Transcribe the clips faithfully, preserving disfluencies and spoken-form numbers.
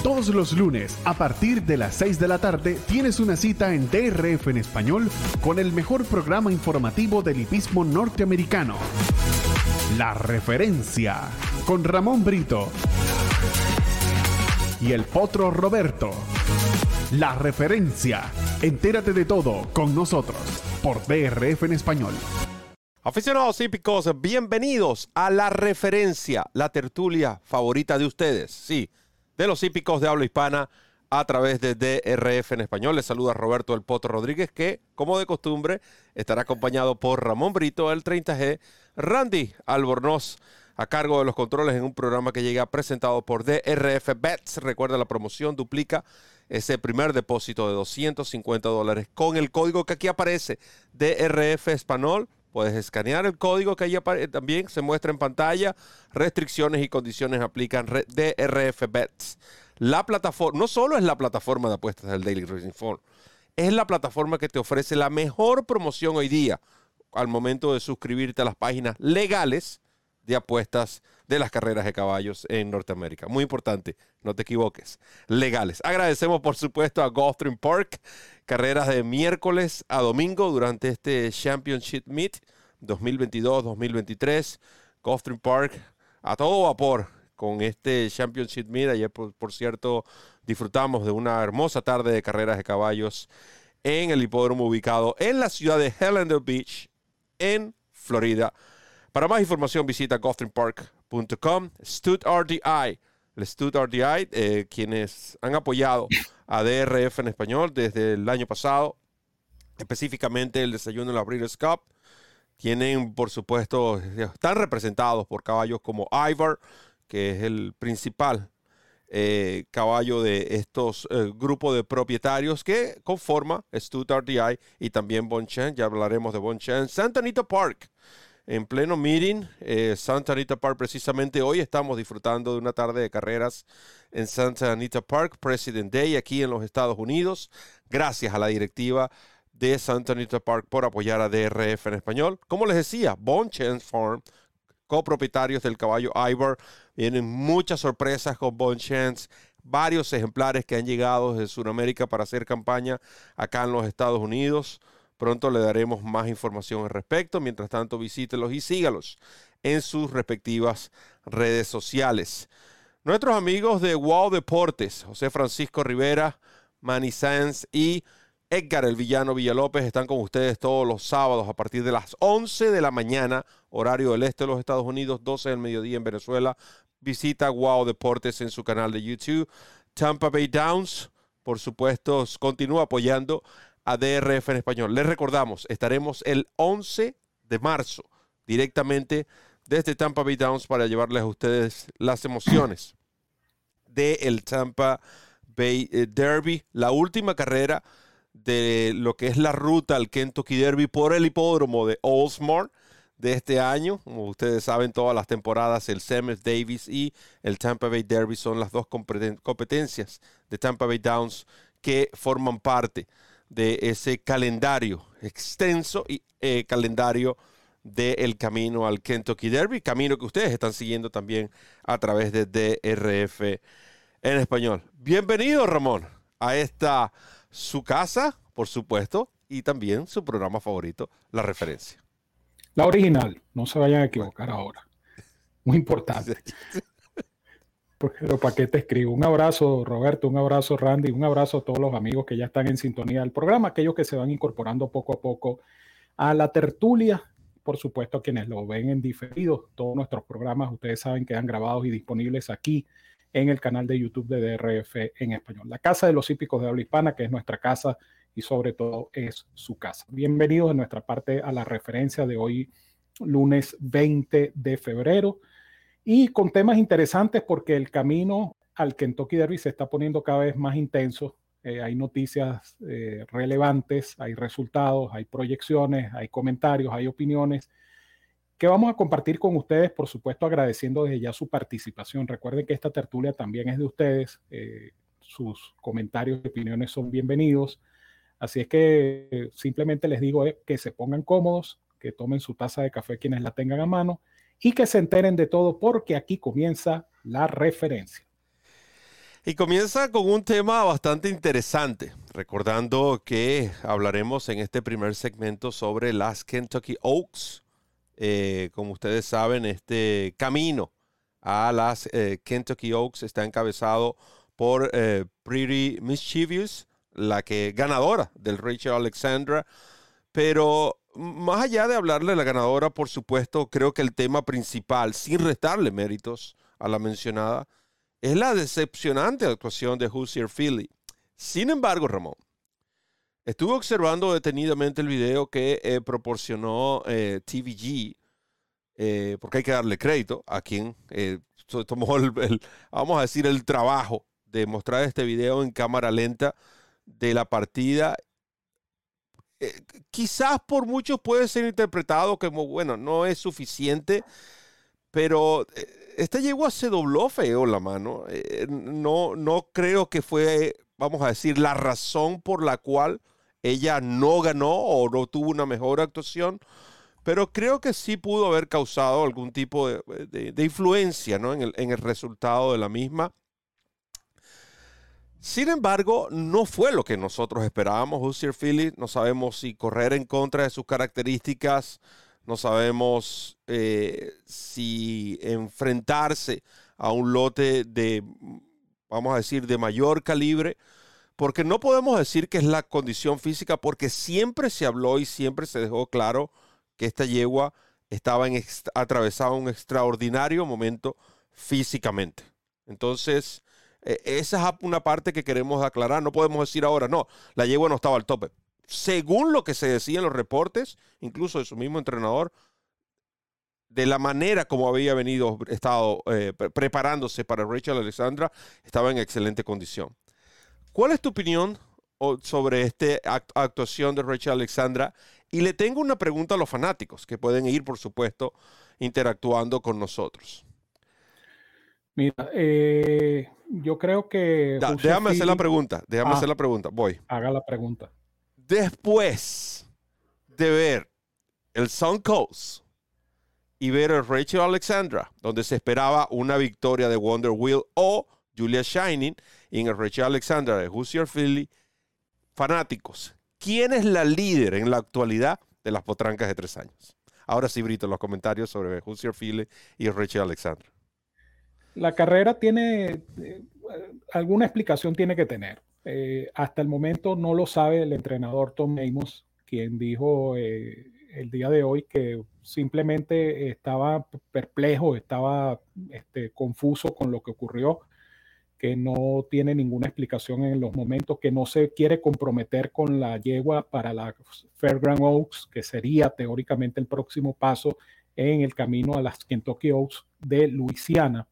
Todos los lunes, a partir de las seis de la tarde, tienes una cita en D R F en español con el mejor programa informativo del hipismo norteamericano. La Referencia, con Ramón Brito y el Potro Roberto. La Referencia. Entérate de todo con nosotros por D R F en español. Aficionados hípicos, bienvenidos a La Referencia, la tertulia favorita de ustedes, sí, de los hípicos de habla hispana a través de D R F en español. Les saluda Roberto El Potro Rodríguez, que, como de costumbre, estará acompañado por Ramón Brito, el treinta G, Randy Albornoz, a cargo de los controles en un programa que llega presentado por D R F Bets. Recuerda, la promoción duplica ese primer depósito de doscientos cincuenta dólares con el código que aquí aparece, D R F Español. Puedes escanear el código que ahí también se muestra en pantalla. Restricciones y condiciones aplican. D R F Bets. La plataforma, no solo es la plataforma de apuestas del Daily Racing Form, es la plataforma que te ofrece la mejor promoción hoy día al momento de suscribirte a las páginas legales de apuestas de las carreras de caballos en Norteamérica. Muy importante, no te equivoques, legales. Agradecemos, por supuesto, a Gulfstream Park, carreras de miércoles a domingo durante este Championship Meet dos mil veintidós dos mil veintitrés. Gulfstream Park a todo vapor con este Championship Meet. Ayer, por, por cierto, disfrutamos de una hermosa tarde de carreras de caballos en el hipódromo ubicado en la ciudad de Hellender Beach, en Florida. Para más información visita gulfstream park punto com. Stud R D I, el Stud R D I, eh, quienes han apoyado a D R F en español desde el año pasado, específicamente el desayuno de la Breeders' Cup. Tienen, por supuesto, están representados por caballos como Ivar, que es el principal eh, caballo de estos eh, grupos de propietarios que conforma Stud R D I, y también Bonchen. Ya hablaremos de Bonchen. Santa Anita Park, en pleno meeting, eh, Santa Anita Park. Precisamente hoy estamos disfrutando de una tarde de carreras en Santa Anita Park, President Day, aquí en los Estados Unidos. Gracias a la directiva de Santa Anita Park por apoyar a D R F en español. Como les decía, Bonchance Farm, copropietarios del caballo Ivar. Vienen muchas sorpresas con Bonchance, varios ejemplares que han llegado desde Sudamérica para hacer campaña acá en los Estados Unidos. Pronto le daremos más información al respecto. Mientras tanto, visítelos y sígalos en sus respectivas redes sociales. Nuestros amigos de Wow Deportes, José Francisco Rivera, Manny Sanz y Edgar el Villano Villalópez, están con ustedes todos los sábados a partir de las once de la mañana, horario del este de los Estados Unidos, doce del mediodía en Venezuela. Visita Wow Deportes en su canal de YouTube. Tampa Bay Downs, por supuesto, continúa apoyando a D R F en español. Les recordamos, estaremos el once de marzo directamente desde Tampa Bay Downs para llevarles a ustedes las emociones del Tampa Bay Derby, la última carrera de lo que es la ruta al Kentucky Derby por el hipódromo de Oldsmar de este año. Como ustedes saben, todas las temporadas el Semmes Davis y el Tampa Bay Derby son las dos competencias de Tampa Bay Downs que forman parte de ese calendario extenso y eh, calendario del camino al Kentucky Derby, camino que ustedes están siguiendo también a través de D R F en español. Bienvenido, Ramón, a esta su casa, por supuesto, y también su programa favorito, La Referencia. La original, no se vayan a equivocar ahora. Muy importante. Pero ¿para qué te escribo? Un abrazo, Roberto, un abrazo, Randy, un abrazo a todos los amigos que ya están en sintonía del programa, aquellos que se van incorporando poco a poco a la tertulia. Por supuesto, a quienes lo ven en diferido, todos nuestros programas, ustedes saben, quedan grabados y disponibles aquí en el canal de YouTube de D R F en español. La Casa de los Hípicos de Habla Hispana, que es nuestra casa y sobre todo es su casa. Bienvenidos de nuestra parte a la referencia de hoy, lunes veinte de febrero. Y con temas interesantes porque el camino al Kentucky Derby se está poniendo cada vez más intenso. Eh, hay noticias eh, relevantes, hay resultados, hay proyecciones, hay comentarios, hay opiniones que vamos a compartir con ustedes, por supuesto agradeciendo desde ya su participación. Recuerden que esta tertulia también es de ustedes. Eh, sus comentarios y opiniones son bienvenidos. Así es que eh, simplemente les digo eh, que se pongan cómodos, que tomen su taza de café quienes la tengan a mano y que se enteren de todo porque aquí comienza la referencia. Y comienza con un tema bastante interesante, recordando que hablaremos en este primer segmento sobre las Kentucky Oaks. Eh, como ustedes saben, este camino a las eh, Kentucky Oaks está encabezado por eh, Pretty Mischievous, la que ganadora del Rachel Alexandra. Pero más allá de hablarle de la ganadora, por supuesto, creo que el tema principal, sin restarle méritos a la mencionada, es la decepcionante actuación de Hoosier Philly. Sin embargo, Ramón, estuve observando detenidamente el video que eh, proporcionó eh, T V G, eh, porque hay que darle crédito a quien eh, tomó el, el, vamos a decir, el trabajo de mostrar este video en cámara lenta de la partida. Eh, quizás por muchos puede ser interpretado como, bueno, no es suficiente, pero esta yegua se dobló feo la mano. Eh, no, no creo que fue, vamos a decir, la razón por la cual ella no ganó o no tuvo una mejor actuación, pero creo que sí pudo haber causado algún tipo de, de, de influencia, ¿no? en, el, en el resultado de la misma. Sin embargo, no fue lo que nosotros esperábamos. Hoosier Philly, no sabemos si correr en contra de sus características, no sabemos eh, si enfrentarse a un lote de, vamos a decir, de mayor calibre, porque no podemos decir que es la condición física, porque siempre se habló y siempre se dejó claro que esta yegua estaba en atravesaba un extraordinario momento físicamente. Entonces, eh, esa es una parte que queremos aclarar. No podemos decir ahora, no, la yegua no estaba al tope. Según lo que se decía en los reportes, incluso de su mismo entrenador, de la manera como había venido, estado eh, preparándose para Rachel Alexandra, estaba en excelente condición. ¿Cuál es tu opinión sobre esta act actuación de Rachel Alexandra? Y le tengo una pregunta a los fanáticos, que pueden ir, por supuesto, interactuando con nosotros. Mira, eh, yo creo que... Da, déjame hacer la pregunta, déjame ah, hacer la pregunta, voy. Haga la pregunta. Después de ver el Sun Coast y ver el Rachel Alexandra, donde se esperaba una victoria de Wonder Wheel o Julia Shining, y en el Rachel Alexandra de Hoosier Philly, fanáticos, ¿quién es la líder en la actualidad de las potrancas de tres años? Ahora sí, Brito, los comentarios sobre Hoosier Philly y el Rachel Alexandra. La carrera tiene, eh, alguna explicación tiene que tener. Eh, hasta el momento no lo sabe el entrenador Tom Amos, quien dijo eh, el día de hoy que simplemente estaba perplejo, estaba este, confuso con lo que ocurrió, que no tiene ninguna explicación en los momentos, que no se quiere comprometer con la yegua para la Fairground Oaks, que sería teóricamente el próximo paso en el camino a las Kentucky Oaks de Luisiana.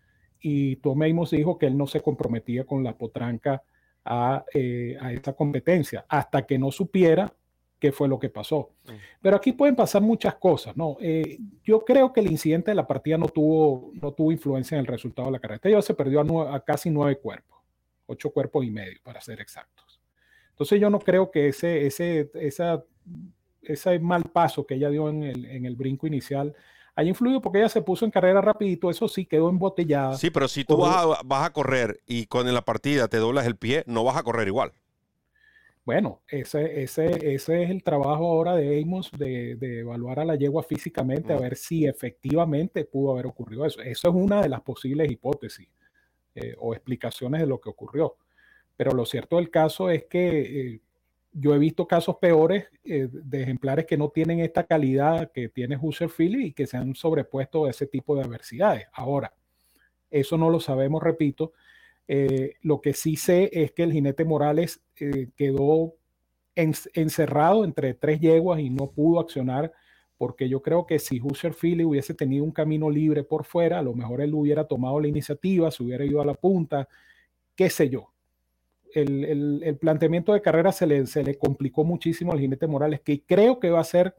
Y Tom Amos dijo que él no se comprometía con la potranca a, eh, a esta competencia hasta que no supiera qué fue lo que pasó. Mm. Pero aquí pueden pasar muchas cosas, ¿no? Eh, yo creo que el incidente de la partida no tuvo, no tuvo influencia en el resultado de la carrera. Ella se perdió a, nueve, a casi nueve cuerpos, ocho cuerpos y medio, para ser exactos. Entonces yo no creo que ese, ese, esa, ese mal paso que ella dio en el, en el brinco inicial haya influido, porque ella se puso en carrera rapidito, eso sí, quedó embotellada. Sí, pero si tú vas a, vas a correr y con la partida te doblas el pie, no vas a correr igual. Bueno, ese, ese, ese es el trabajo ahora de Amos, de, de evaluar a la yegua físicamente, mm. a ver si efectivamente pudo haber ocurrido eso. Eso es una de las posibles hipótesis eh, o explicaciones de lo que ocurrió. Pero lo cierto del caso es que eh, yo he visto casos peores eh, de ejemplares que no tienen esta calidad que tiene Hoosier Philly y que se han sobrepuesto a ese tipo de adversidades. Ahora, eso no lo sabemos, repito. Eh, lo que sí sé es que el jinete Morales eh, quedó en, encerrado entre tres yeguas y no pudo accionar, porque yo creo que si Hoosier Philly hubiese tenido un camino libre por fuera, a lo mejor él hubiera tomado la iniciativa, se hubiera ido a la punta, qué sé yo. El, el, el planteamiento de carrera se le, se le complicó muchísimo al jinete Morales, que creo que va a ser,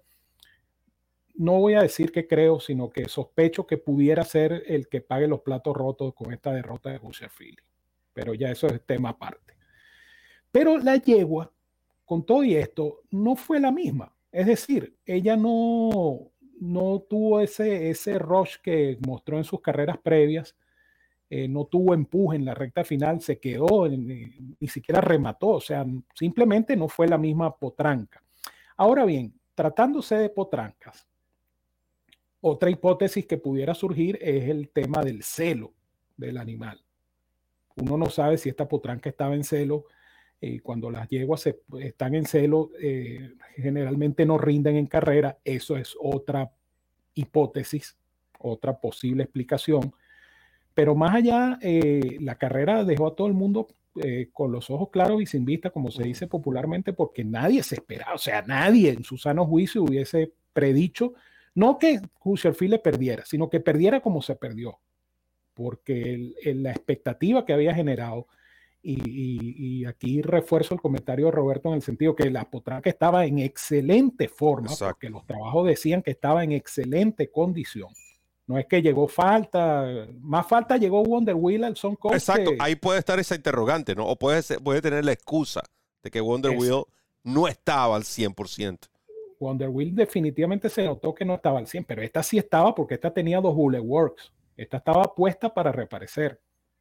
no voy a decir que creo, sino que sospecho que pudiera ser el que pague los platos rotos con esta derrota de Hoosier Philly. Pero ya eso es tema aparte. Pero la yegua, con todo y esto, no fue la misma. Es decir, ella no, no tuvo ese, ese rush que mostró en sus carreras previas. eh, no tuvo empuje en la recta final, se quedó, en, eh, ni siquiera remató, o sea, simplemente no fue la misma potranca. Ahora bien, tratándose de potrancas, otra hipótesis que pudiera surgir es el tema del celo del animal. Uno no sabe si esta potranca estaba en celo. Eh, cuando las yeguas se, están en celo, eh, generalmente no rinden en carrera. Eso es otra hipótesis, otra posible explicación. Pero más allá, eh, la carrera dejó a todo el mundo eh, con los ojos claros y sin vista, como se dice popularmente, porque nadie se esperaba, o sea, nadie en su sano juicio hubiese predicho, no que Husserl le perdiera, sino que perdiera como se perdió, porque el, el, la expectativa que había generado, y, y, y aquí refuerzo el comentario de Roberto en el sentido que la potranca estaba en excelente forma, exacto, porque los trabajos decían que estaba en excelente condición. No es que llegó falta, más falta llegó Wonder Wheel al Sun Coast. Exacto, que... ahí puede estar esa interrogante, ¿no? O puede, ser, puede tener la excusa de que Wonder Exacto. Wheel no estaba al cien por ciento. Wonder Wheel definitivamente se notó que no estaba al cien por ciento, pero esta sí estaba porque esta tenía dos bullet works. Esta estaba puesta para reaparecer.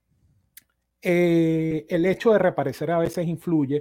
Eh, el hecho de reaparecer a veces influye,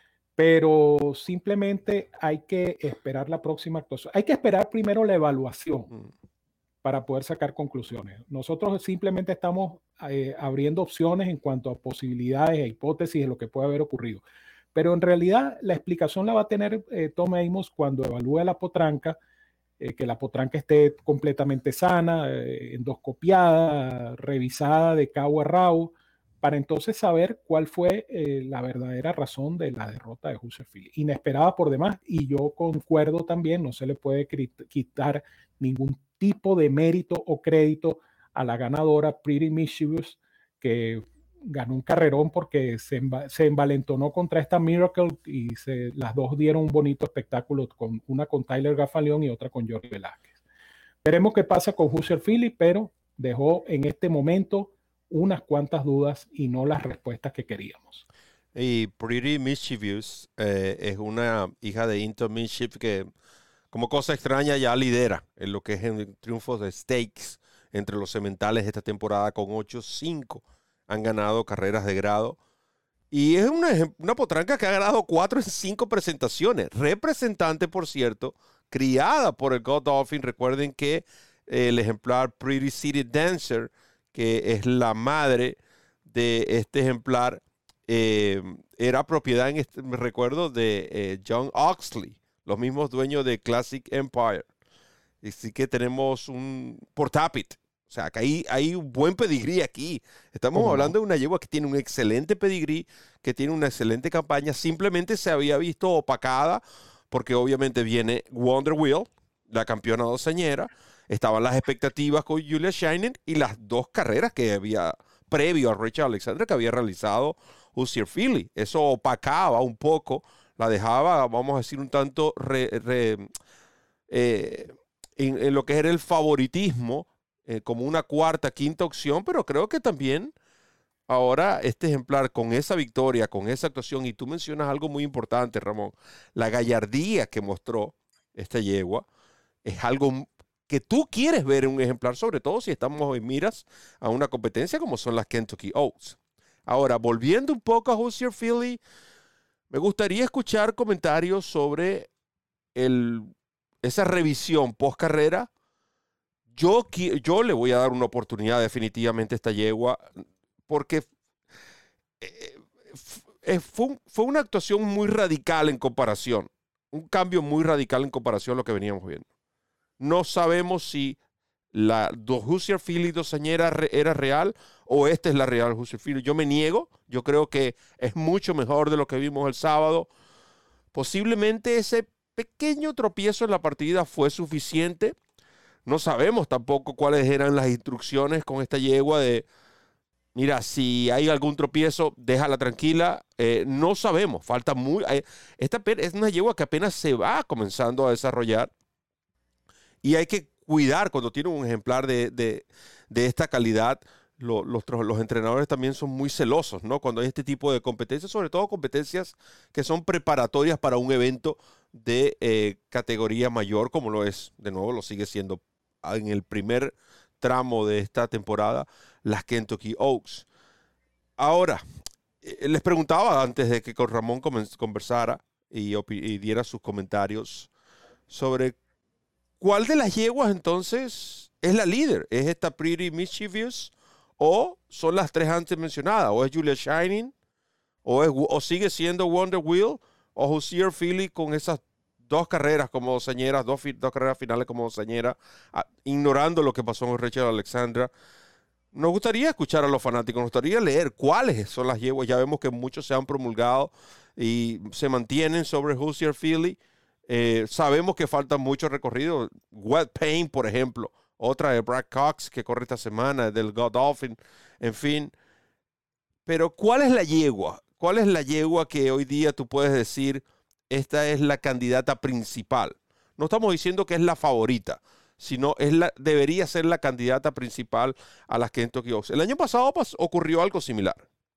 pero simplemente hay que esperar la próxima actuación. Hay que esperar primero la evaluación. Mm. para poder sacar conclusiones. Nosotros simplemente estamos eh, abriendo opciones en cuanto a posibilidades e hipótesis de lo que puede haber ocurrido. Pero en realidad la explicación la va a tener eh, Tom Amoss cuando evalúe la potranca, eh, que la potranca esté completamente sana, eh, endoscopiada, revisada de cabo a rabo, para entonces saber cuál fue eh, la verdadera razón de la derrota de Husserl. Inesperada por demás, y yo concuerdo también, no se le puede quitar ningún tipo de mérito o crédito a la ganadora Pretty Mischievous, que ganó un carrerón porque se, enva se envalentonó contra esta Miracle y se, las dos dieron un bonito espectáculo, con, una con Tyler Gaffalion y otra con Jorge Velázquez. Veremos qué pasa con Husserl, pero dejó en este momento unas cuantas dudas y no las respuestas que queríamos. Y Pretty Mischievous eh, es una hija de Into Mischief que, como cosa extraña, ya lidera en lo que es el triunfo de stakes entre los sementales esta temporada con ocho cinco. Han ganado carreras de grado. Y es una, una potranca que ha ganado cuatro en cinco presentaciones. Representante, por cierto, criada por el Godolphin. Recuerden que eh, el ejemplar Pretty City Dancer, que es la madre de este ejemplar, eh, era propiedad, en este, me recuerdo, de eh, John Oxley, los mismos dueños de Classic Empire. Así que tenemos un portápit. O sea, que hay, hay un buen pedigrí aquí. Estamos hablando de una yegua que tiene un excelente pedigrí, que tiene una excelente campaña. Simplemente se había visto opacada porque obviamente viene Wonder Wheel, la campeona doceñera. Estaban las expectativas con Julia Shining y las dos carreras que había previo a Rachel Alexander que había realizado Husserl. Eso opacaba un poco, la dejaba, vamos a decir, un tanto re, re, eh, en, en lo que era el favoritismo, eh, como una cuarta, quinta opción, pero creo que también ahora este ejemplar con esa victoria, con esa actuación, y tú mencionas algo muy importante, Ramón, la gallardía que mostró esta yegua, es algo que tú quieres ver en un ejemplar, sobre todo si estamos en miras a una competencia como son las Kentucky Oaks. Ahora, volviendo un poco a Husserl, me gustaría escuchar comentarios sobre el, esa revisión post carrera. Yo, yo le voy a dar una oportunidad definitivamente a esta yegua porque eh, fue, fue una actuación muy radical en comparación, un cambio muy radical en comparación a lo que veníamos viendo. No sabemos si la Husserl doceñera era real o esta es la real Husserl. Yo me niego, yo creo que es mucho mejor de lo que vimos el sábado. Posiblemente ese pequeño tropiezo en la partida fue suficiente. No sabemos tampoco cuáles eran las instrucciones con esta yegua de, mira, si hay algún tropiezo, déjala tranquila. Eh, no sabemos, falta muy... Eh, esta es una yegua que apenas se va comenzando a desarrollar y hay que cuidar cuando tiene un ejemplar de, de, de esta calidad. Lo, los, los entrenadores también son muy celosos, ¿no? Cuando hay este tipo de competencias, sobre todo competencias que son preparatorias para un evento de eh, categoría mayor, como lo es, de nuevo, lo sigue siendo en el primer tramo de esta temporada, las Kentucky Oaks. Ahora, eh, les preguntaba antes de que con Ramón conversara y, y diera sus comentarios sobre cuál de las yeguas entonces es la líder. ¿Es esta Pretty Mischievous o son las tres antes mencionadas? ¿O es Julia Shining? ¿O, es, o sigue siendo Wonder Wheel? ¿O Hoosier Philly con esas dos carreras como doceñeras, dos, dos carreras finales como doceñera, ignorando lo que pasó con Rachel Alexandra? Nos gustaría escuchar a los fanáticos, nos gustaría leer cuáles son las yeguas. Ya vemos que muchos se han promulgado y se mantienen sobre Hoosier Philly. Eh, sabemos que falta mucho recorrido. Wet Paint, por ejemplo, otra de Brad Cox que corre esta semana, del Godolphin, en fin. Pero ¿cuál es la yegua? ¿Cuál es la yegua que hoy día tú puedes decir esta es la candidata principal? No estamos diciendo que es la favorita, sino es la, debería ser la candidata principal a las Kentucky Oaks. El año pasado pas, ocurrió algo similar.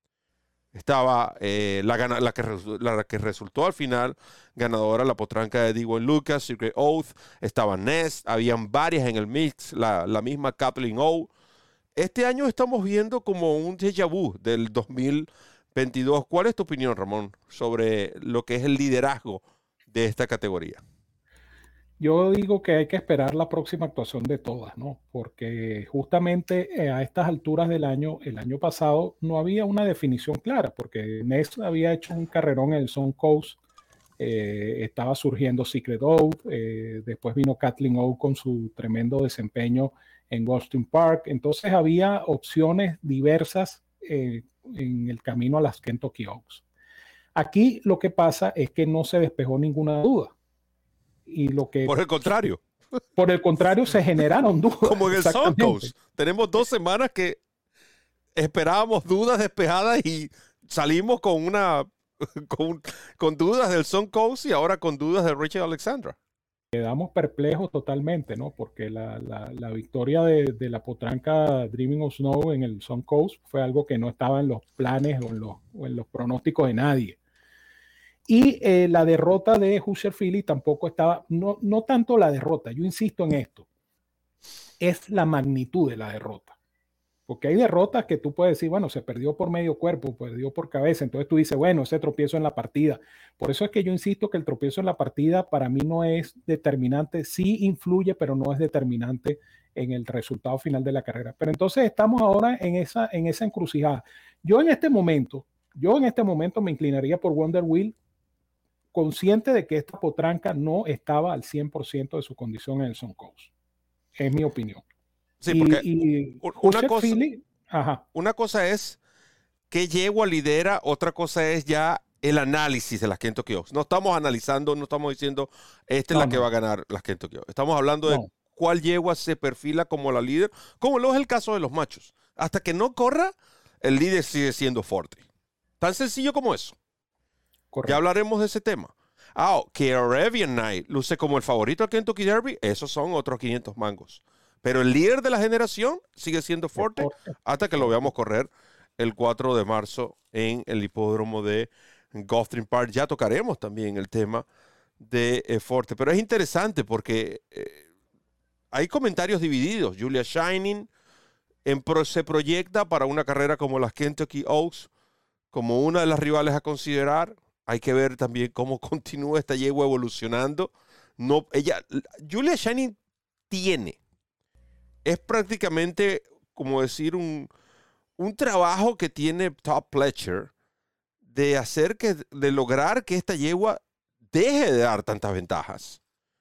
Estaba eh, la, gana, la, que, la que resultó al final ganadora, la potranca de Dwayne Lucas, Secret Oath, estaba Nest, habían varias en el mix, la, la misma Kathleen O. Este año estamos viendo como un déjà vu del dos mil veintidós. ¿Cuál es tu opinión, Ramón, sobre lo que es el liderazgo de esta categoría? Yo digo que hay que esperar la próxima actuación de todas, ¿no? Porque justamente eh, a estas alturas del año, el año pasado, no había una definición clara, porque Ness había hecho un carrerón en el Sun Coast, eh, estaba surgiendo Secret Oath, eh, después vino Kathleen O con su tremendo desempeño en Austin Park, entonces había opciones diversas eh, en el camino a las Kentucky Oaks. Aquí lo que pasa es que no se despejó ninguna duda. Y lo que, por el contrario. Por el contrario, se generaron dudas. Como en el Sun Coast. Tenemos dos semanas que esperábamos dudas despejadas y salimos con una con, con dudas del Sun Coast y ahora con dudas de Rachel Alexandra. Quedamos perplejos totalmente, ¿no? Porque la, la, la victoria de, de la potranca Dreaming of Snow en el Sun Coast fue algo que no estaba en los planes o en los, o en los pronósticos de nadie. Y eh, la derrota de Hoosier Philly tampoco estaba, no, no tanto la derrota, yo insisto en esto, es la magnitud de la derrota. Porque hay derrotas que tú puedes decir, bueno, se perdió por medio cuerpo, perdió por cabeza, entonces tú dices, bueno, ese tropiezo en la partida. Por eso es que yo insisto que el tropiezo en la partida para mí no es determinante, sí influye, pero no es determinante en el resultado final de la carrera. Pero entonces estamos ahora en esa, en esa encrucijada. Yo en este momento, yo en este momento me inclinaría por Wonder Wheel, consciente de que esta potranca no estaba al cien por ciento de su condición en el Sun Coast. Es mi opinión. Sí, porque y, y una, cosa, Philly, ajá. una cosa es qué yegua lidera, otra cosa es ya el análisis de las Kentucky Oaks. No estamos analizando, no estamos diciendo esta es no, la no. que va a ganar las Kentucky Oaks. Estamos hablando de no. cuál yegua se perfila como la líder, como lo es el caso de los machos. Hasta que no corra, el líder sigue siendo fuerte. Tan sencillo como eso. Correcto. Ya hablaremos de ese tema. Ah, que Arabian Knight luce como el favorito al Kentucky Derby, esos son otros quinientos mangos. Pero el líder de la generación sigue siendo fuerte hasta que lo veamos correr el cuatro de marzo en el hipódromo de Gulfstream Park. Ya tocaremos también el tema de eh, Forte. Pero es interesante porque eh, hay comentarios divididos. Julia Shining en pro, se proyecta para una carrera como las Kentucky Oaks como una de las rivales a considerar. Hay que ver también cómo continúa esta yegua evolucionando. No, ella, Julia Shining tiene, es prácticamente como decir un, un trabajo que tiene Todd Pletcher de hacer que, de lograr que esta yegua deje de dar tantas ventajas.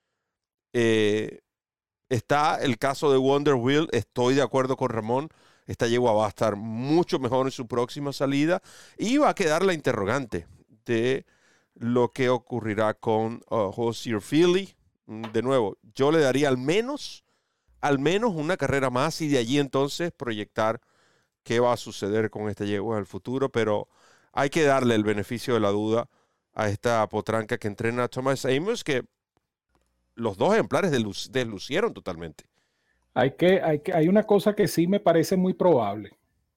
Eh, está el caso de Wonder Wheel, estoy de acuerdo con Ramón, esta yegua va a estar mucho mejor en su próxima salida y va a quedar la interrogante de lo que ocurrirá con uh, Hoosier Philly. De nuevo, yo le daría al menos, al menos una carrera más y de allí entonces proyectar qué va a suceder con esta yegua en el futuro, pero hay que darle el beneficio de la duda a esta potranca que entrena a Thomas Amos, que los dos ejemplares desluc- deslucieron totalmente. Hay que, hay que, hay una cosa que sí me parece muy probable.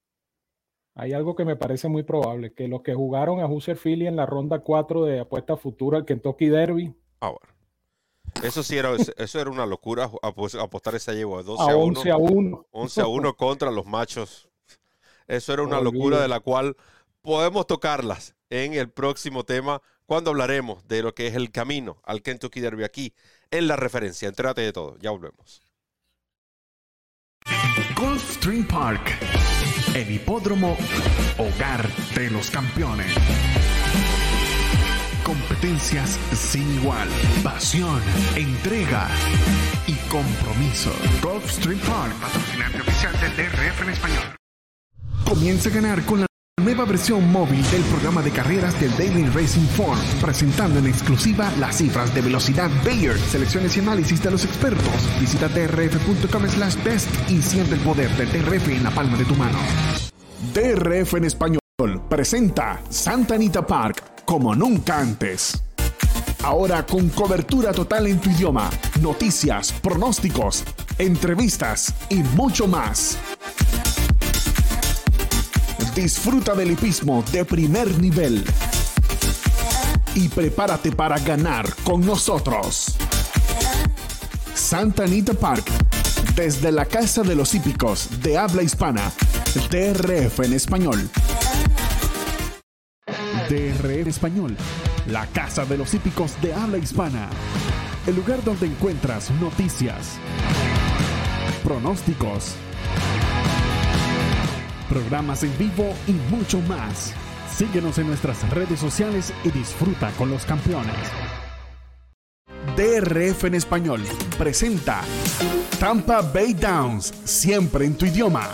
Hay algo que me parece muy probable, que los que jugaron a Hoosier Philly en la ronda cuatro de apuesta futura al Kentucky Derby. Ah, bueno. Eso sí era, eso era una locura, apostar esa yegua. doce a once a uno. once a uno contra los machos Eso era una locura de la cual podemos tocarlas en el próximo tema cuando hablaremos de lo que es el camino al Kentucky Derby aquí en La Referencia. Entérate de todo. Ya volvemos. Gulfstream Park, el hipódromo hogar de los campeones. Competencias sin igual, pasión, entrega y compromiso. Gulfstream Park, patrocinante oficial del D R F en español. Comienza a ganar con la nueva versión móvil del programa de carreras del Daily Racing Form, presentando en exclusiva las cifras de velocidad Bayer, selecciones y análisis de los expertos. Visita drf.com slash best y siente el poder del D R F en la palma de tu mano. D R F en español presenta Santa Anita Park como nunca antes. Ahora con cobertura total en tu idioma, noticias, pronósticos, entrevistas y mucho más. Disfruta del hipismo de primer nivel y prepárate para ganar con nosotros. Santa Anita Park, desde la Casa de los Hípicos de habla hispana, D R F en español. D R F en español, la Casa de los Hípicos de habla hispana, el lugar donde encuentras noticias, pronósticos, programas en vivo y mucho más. Síguenos en nuestras redes sociales y disfruta con los campeones. D R F en español presenta Tampa Bay Downs, siempre en tu idioma.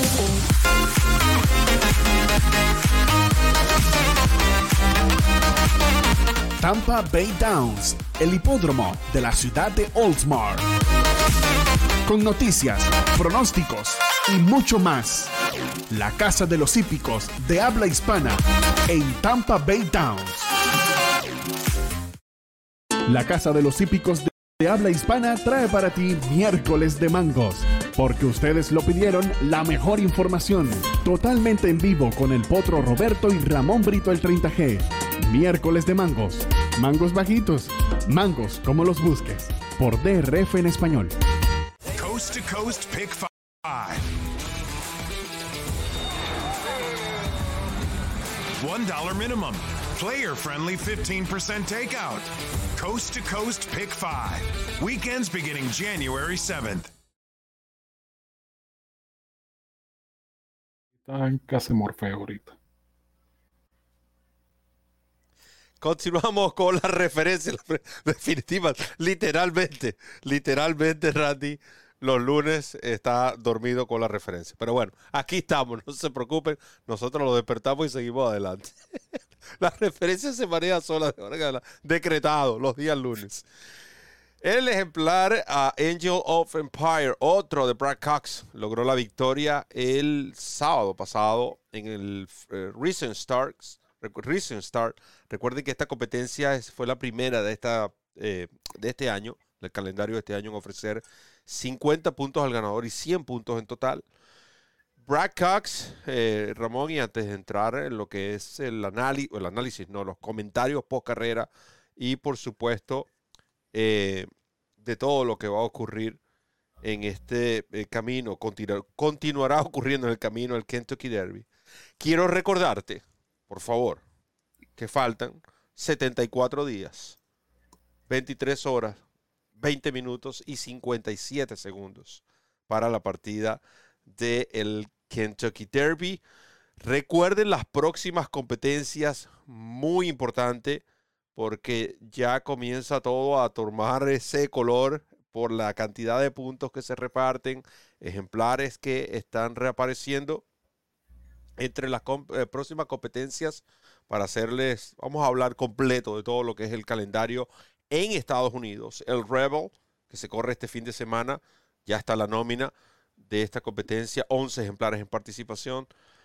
Tampa Bay Downs, el hipódromo de la ciudad de Oldsmar. Con noticias, pronósticos y mucho más. La Casa de los Hípicos de habla hispana en Tampa Bay Downs. La Casa de los Hípicos de, de habla hispana trae para ti miércoles de mangos, porque ustedes lo pidieron. La mejor información, totalmente en vivo con el Potro Roberto y Ramón Brito el treinta G. Miércoles de mangos, mangos bajitos, mangos como los busques, por D R F en español. Coast to Coast Pick Five. one dollar minimum. Player-friendly fifteen percent takeout. Coast to Coast Pick Five. Weekends beginning January seventh. Está en casa Morfeo ahorita. Continuamos con las referencias definitivas. Literalmente, literalmente, Randy, los lunes está dormido con la referencia. Pero bueno, aquí estamos, no se preocupen. Nosotros lo despertamos y seguimos adelante. La referencia se maneja sola, decretado los días lunes. El ejemplar uh, Angel of Empire, otro de Brad Cox, logró la victoria el sábado pasado en el uh, Recent Stars. Recent Start. Recuerden que esta competencia es, fue la primera de, esta, eh, de este año, del calendario de este año, en ofrecer cincuenta puntos al ganador y cien puntos en total. Brad Cox, eh, Ramón, y antes de entrar en lo que es el, anali- el análisis, no, los comentarios post carrera y por supuesto eh, de todo lo que va a ocurrir en este eh, camino, continu- continuará ocurriendo en el camino del Kentucky Derby. Quiero recordarte, por favor, que faltan setenta y cuatro días, veintitrés horas, veinte minutos y cincuenta y siete segundos para la partida del Kentucky Derby. Recuerden las próximas competencias, muy importante, porque ya comienza todo a tomar ese color por la cantidad de puntos que se reparten, ejemplares que están reapareciendo entre las comp- eh, próximas competencias para hacerles, vamos a hablar completo de todo lo que es el calendario en Estados Unidos. El Rebel, que se corre este fin de semana, ya está la nómina de esta competencia, once ejemplares en participación.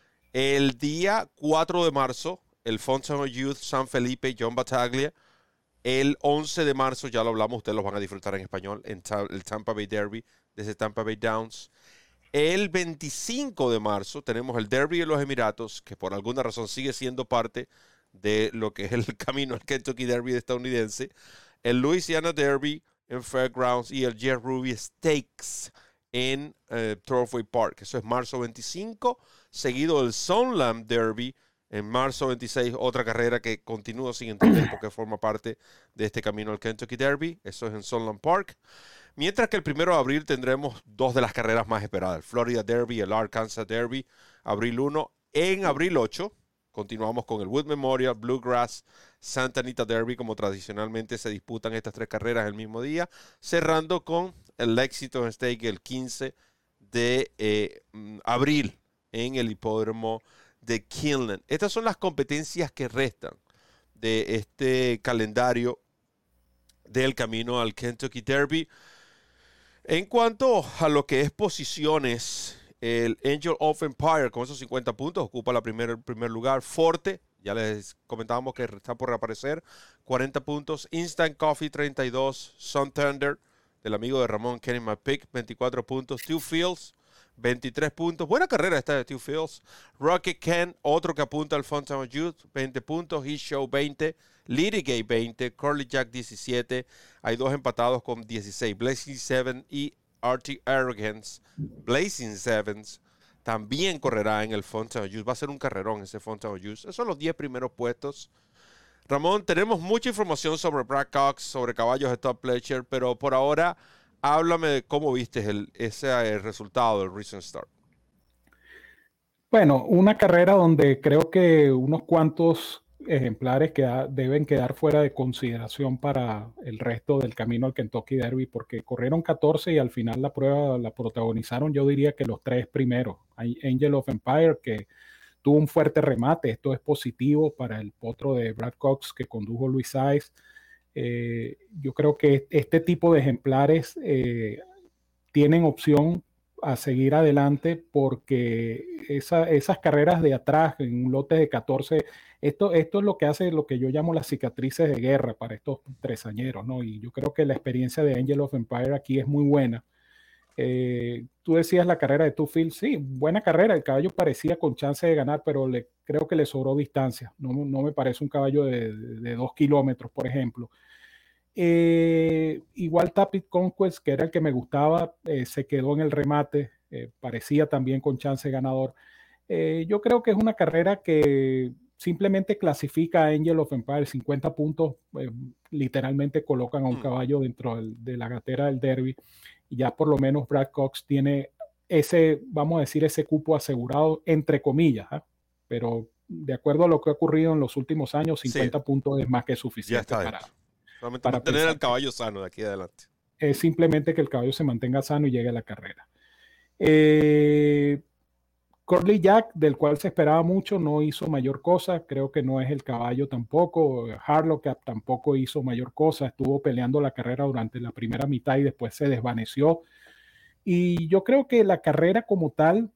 El día cuatro de marzo, el Fountain of Youth San Felipe, John Battaglia. El once de marzo, ya lo hablamos, ustedes los van a disfrutar en español, en ta- el Tampa Bay Derby, desde Tampa Bay Downs. El veinticinco de marzo tenemos el Derby de los Emiratos, que por alguna razón sigue siendo parte de lo que es el camino al Kentucky Derby estadounidense. El Louisiana Derby en Fairgrounds y el Jeff Ruby Stakes en uh, Trophy Park. Eso es marzo veinticinco. seguido del Sunland Derby en marzo veintiséis, otra carrera que continúo sin entender porque forma parte de este camino al Kentucky Derby. Eso es en Sunland Park. Mientras que el primero de abril tendremos dos de las carreras más esperadas, el Florida Derby y el Arkansas Derby, abril primero. En abril ocho continuamos con el Wood Memorial, Bluegrass, Santa Anita Derby, como tradicionalmente se disputan estas tres carreras el mismo día, cerrando con el Lexington Stake el quince de eh, abril en el hipódromo de Keeneland. Estas son las competencias que restan de este calendario del camino al Kentucky Derby. En cuanto a lo que es posiciones, el Angel of Empire con esos cincuenta puntos ocupa la primer, el primer lugar. Forte, ya les comentábamos que está por reaparecer, cuarenta puntos. Instant Coffee, treinta y dos. Sun Thunder, del amigo de Ramón, Kenny McPick, veinticuatro puntos. Two Fields, veintitrés puntos. Buena carrera esta de Two Fields. Rocket Ken, otro que apunta al Fountain of Youth, veinte puntos. Heat Show, veinte. Litigate, veinte. Curly Jack, diecisiete. Hay dos empatados con dieciséis. Blazing Seven y Artie Arrogance. Blazing Sevens también correrá en el Fountain of Youth. Va a ser un carrerón ese Fountain of Youth. Esos son los diez primeros puestos. Ramón, tenemos mucha información sobre Brad Cox, sobre caballos de Top Pletcher, pero por ahora háblame de cómo viste el, ese el resultado del Recent Start. Bueno, una carrera donde creo que unos cuantos ejemplares que deben quedar fuera de consideración para el resto del camino al Kentucky Derby, porque corrieron catorce y al final la prueba la protagonizaron, yo diría que los tres primeros. Hay Angel of Empire, que tuvo un fuerte remate. Esto es positivo para el potro de Brad Cox que condujo Luis Sáez. Eh, yo creo que este tipo de ejemplares eh, tienen opción a seguir adelante, porque esa, esas carreras de atrás en un lote de catorce, esto, esto es lo que hace lo que yo llamo las cicatrices de guerra para estos tresañeros, ¿no? Y yo creo que la experiencia de Angel of Empire aquí es muy buena. Eh, tú decías la carrera de Two Fields, sí, buena carrera, el caballo parecía con chance de ganar, pero le, creo que le sobró distancia. No, no me parece un caballo de, de, de dos kilómetros, por ejemplo. Eh, igual Tapit Conquest, que era el que me gustaba, eh, se quedó en el remate, eh, parecía también con chance ganador. Eh, yo creo que es una carrera que simplemente clasifica a Angel of Empire. Cincuenta puntos, eh, literalmente colocan a un caballo dentro del, de la gatera del Derby, y ya por lo menos Brad Cox tiene ese, vamos a decir, ese cupo asegurado, entre comillas, ¿eh? Pero de acuerdo a lo que ha ocurrido en los últimos años, cincuenta sí, puntos es más que suficiente para... Solamente para mantener al caballo sano de aquí adelante. Es simplemente que el caballo se mantenga sano y llegue a la carrera. Eh, Curly Jack, del cual se esperaba mucho, no hizo mayor cosa. Creo que no es el caballo tampoco. Harlocap tampoco hizo mayor cosa. Estuvo peleando la carrera durante la primera mitad y después se desvaneció. Y yo creo que la carrera como tal,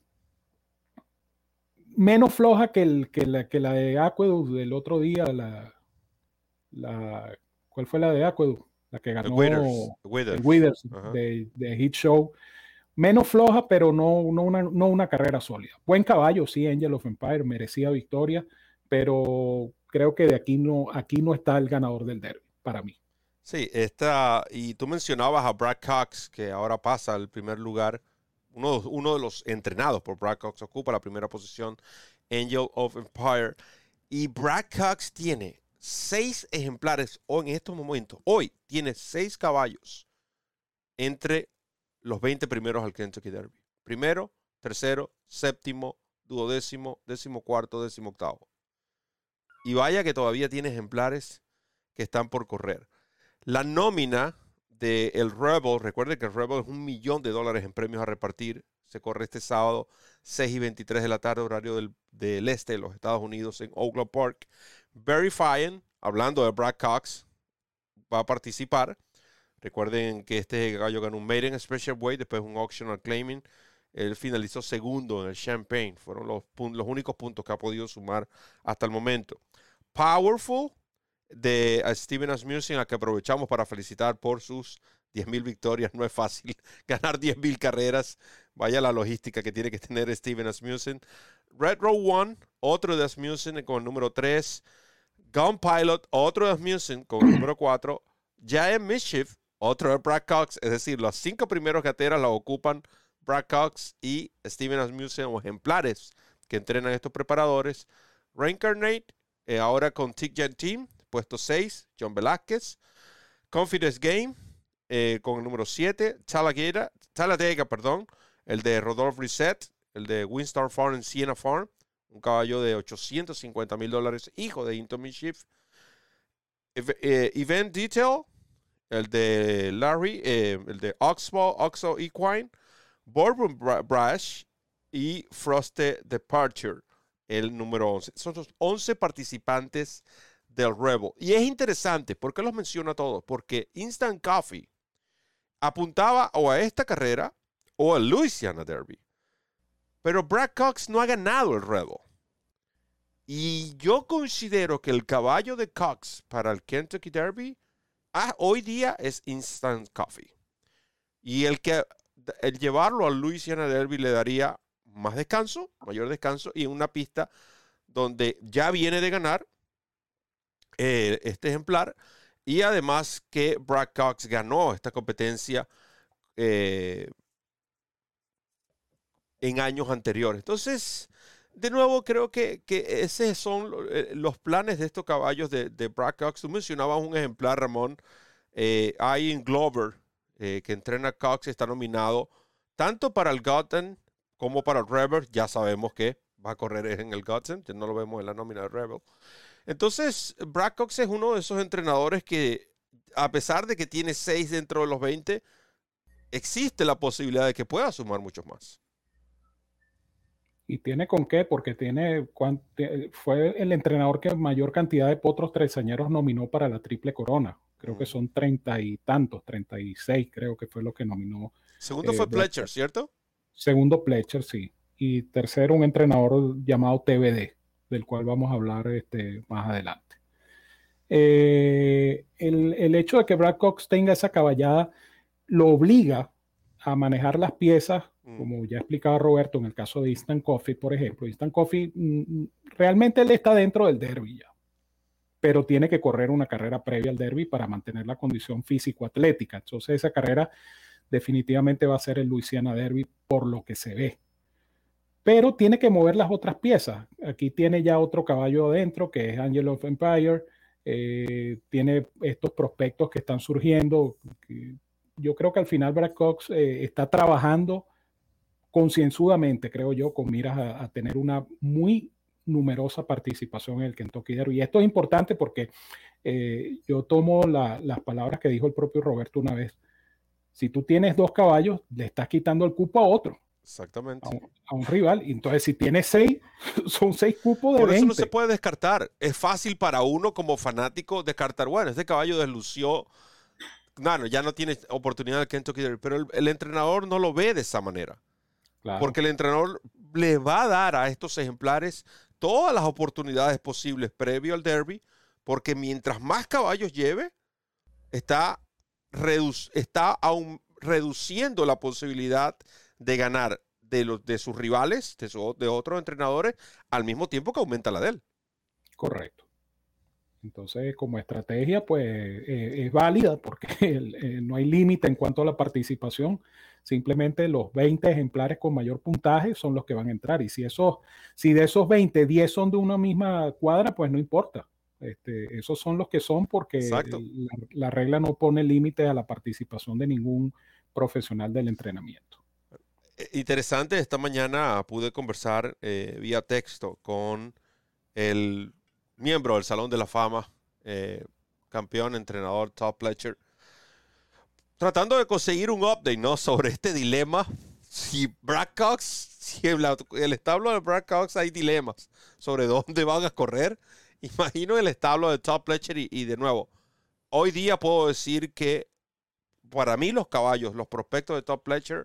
menos floja que, el, que, la, que la de Aqueduct del otro día, la... la ¿Cuál fue la de Aqueduct? La que ganó Withers, el Withers uh-huh. de, de Heat Show. Menos floja, pero no, no, una, no una carrera sólida. Buen caballo, sí, Angel of Empire, merecía victoria, pero creo que de aquí no, aquí no está el ganador del Derby, para mí. Sí, está, y tú mencionabas a Brad Cox, que ahora pasa al primer lugar. Uno, uno de los entrenados por Brad Cox ocupa la primera posición, Angel of Empire. Y Brad Cox tiene seis ejemplares, o en estos momentos, hoy tiene seis caballos entre los veinte primeros al Kentucky Derby. Primero, tercero, séptimo, duodécimo, décimo cuarto, décimo octavo. Y vaya que todavía tiene ejemplares que están por correr. La nómina del Rebel, recuerden que el Rebel es un millón de dólares en premios a repartir. Se corre este sábado, seis y veintitrés de la tarde, horario del, del este de los Estados Unidos, en Oakland Park. Barry Fine, hablando de Brad Cox, va a participar. Recuerden que este gallo ganó un Maiden Special Weight, después un Auctional Claiming. Él finalizó segundo en el Champagne. Fueron los, los únicos puntos que ha podido sumar hasta el momento. Powerful, de uh, Steven Asmussen, a que aprovechamos para felicitar por sus diez mil victorias. No es fácil ganar diez mil carreras. Vaya la logística que tiene que tener Steven Asmussen. Red Row One, otro de Asmussen con el número tres. Gun Pilot, otro de Asmussen con el número cuatro. Giant Mischief, otro de Brad Cox. Es decir, los cinco primeros gateras la ocupan Brad Cox y Steven Asmussen, o ejemplares que entrenan estos preparadores. Reincarnate, eh, ahora con Tick Jet Team, puesto seis, John Velázquez. Confidence Game, eh, con el número siete, Talladega, Talladega, perdón, el de Rodolphe Reset, el de Winstar Farm en Siena Farm, un caballo de ochocientos cincuenta mil dólares, hijo de Hinton Mischief. Eh, Event Detail, el de Larry, eh, el de Oxbow, Oxo Equine, Bourbon Brash y Frosted Departure, el número once. Son los once participantes del Rebel. Y es interesante, ¿por qué los menciono a todos? Porque Instant Coffee apuntaba o a esta carrera o al Louisiana Derby. Pero Brad Cox no ha ganado el Rebel. Y yo considero que el caballo de Cox para el Kentucky Derby ah, hoy día es Instant Coffee. Y el, que, el llevarlo al Louisiana Derby le daría más descanso, mayor descanso, y una pista donde ya viene de ganar eh, este ejemplar. Y además que Brad Cox ganó esta competencia eh, en años anteriores. Entonces, de nuevo, creo que, que esos son los planes de estos caballos de, de Brad Cox. Tú mencionabas un ejemplar, Ramón. Eh, hay en Glover, eh, que entrena Cox, está nominado tanto para el Gotham como para el Rebel. Ya sabemos que va a correr en el Gotham, no lo vemos en la nómina del Rebel. Entonces, Brad Cox es uno de esos entrenadores que, a pesar de que tiene seis dentro de los veinte, existe la posibilidad de que pueda sumar muchos más. Y tiene con qué, porque tiene fue el entrenador que mayor cantidad de potros tresañeros nominó para la Triple Corona. Creo mm. que son treinta y tantos, treinta y seis creo que fue lo que nominó. Segundo eh, fue Pletcher, ¿cierto? Segundo Pletcher, sí. Y tercero un entrenador llamado T B D, del cual vamos a hablar este, más adelante. Eh, el, el hecho de que Brad Cox tenga esa caballada lo obliga a manejar las piezas, como ya explicaba Roberto en el caso de Instant Coffee, por ejemplo. Instant Coffee, mm, realmente él está dentro del derby ya, pero tiene que correr una carrera previa al derby para mantener la condición físico-atlética. Entonces esa carrera definitivamente va a ser el Louisiana Derby por lo que se ve. Pero tiene que mover las otras piezas. Aquí tiene ya otro caballo adentro, que es Angel of Empire. Eh, tiene estos prospectos que están surgiendo. Que yo creo que al final Brad Cox eh, está trabajando concienzudamente, creo yo, con miras a, a tener una muy numerosa participación en el Kentucky Derby. Y esto es importante porque eh, yo tomo la, las palabras que dijo el propio Roberto una vez. Si tú tienes dos caballos, le estás quitando el cupo a otro. Exactamente. A un, a un rival. Entonces, si tienes seis, son seis cupos de Por eso veinte. no se puede descartar. Es fácil para uno como fanático descartar. Bueno, este caballo deslució. No, no, ya no tiene oportunidad del Kentucky Derby. Pero el, el entrenador no lo ve de esa manera. Claro. Porque el entrenador le va a dar a estos ejemplares todas las oportunidades posibles previo al Derby. Porque mientras más caballos lleve, está, redu- está aún reduciendo la posibilidad de ganar de, los, de sus rivales, de, su, de otros entrenadores, al mismo tiempo que aumenta la de él. Correcto. Entonces, como estrategia, pues eh, es válida porque el, eh, no hay límite en cuanto a la participación. Simplemente los veinte ejemplares con mayor puntaje son los que van a entrar. Y si, esos, si de esos veinte, diez son de una misma cuadra, pues no importa. Este, esos son los que son porque la, la regla no pone límite a la participación de ningún profesional del entrenamiento. Interesante, esta mañana pude conversar eh, vía texto con el miembro del Salón de la Fama, eh, campeón, entrenador Todd Pletcher, tratando de conseguir un update, ¿no?, sobre este dilema. Si Brad Cox, si en la, el establo de Brad Cox hay dilemas sobre dónde van a correr, imagino el establo de Todd Pletcher y, y de nuevo, hoy día puedo decir que para mí los caballos, los prospectos de Todd Pletcher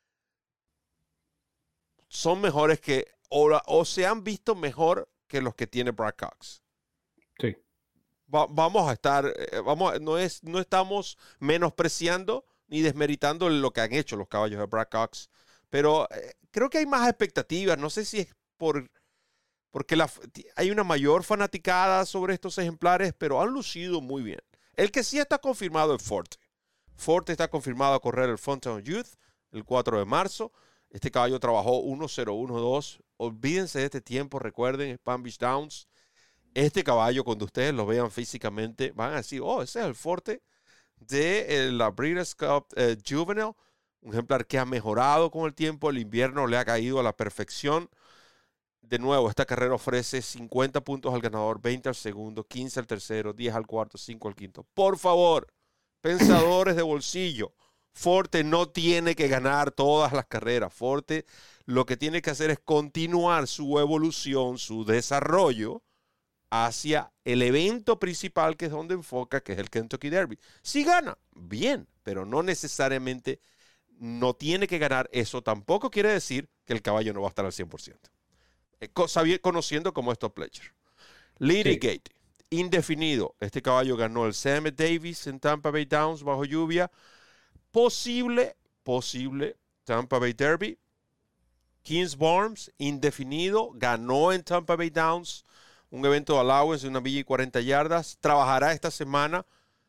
son mejores que, o, o se han visto mejor que los que tiene Brad Cox. Sí. Va, vamos a estar, vamos, no, es, no estamos menospreciando ni desmeritando lo que han hecho los caballos de Brad Cox, pero eh, creo que hay más expectativas. No sé si es por porque la, hay una mayor fanaticada sobre estos ejemplares, pero han lucido muy bien. El que sí está confirmado es Forte. Forte está confirmado a correr el Fountain of Youth el cuatro de marzo. Este caballo trabajó uno cero uno dos. Olvídense de este tiempo, recuerden, Palm Beach Downs. Este caballo, cuando ustedes lo vean físicamente, van a decir, oh, ese es el Forte de eh, la Breeders' Cup eh, Juvenile. Un ejemplar que ha mejorado con el tiempo. El invierno le ha caído a la perfección. De nuevo, esta carrera ofrece cincuenta puntos al ganador, veinte al segundo, quince al tercero, diez al cuarto, cinco al quinto. Por favor, pensadores de bolsillo, Forte no tiene que ganar todas las carreras. Forte lo que tiene que hacer es continuar su evolución, su desarrollo hacia el evento principal, que es donde enfoca, que es el Kentucky Derby. Si gana, bien, pero no necesariamente no tiene que ganar. Eso tampoco quiere decir que el caballo no va a estar al cien por ciento. Conociendo como esto Pletcher. Litigate, sí. Indefinido. Este caballo ganó el Sam Davis en Tampa Bay Downs bajo lluvia. Posible, posible Tampa Bay Derby. Kings Barnes, indefinido. Ganó en Tampa Bay Downs un evento de allowance de una milla y cuarenta yardas. Trabajará esta semana.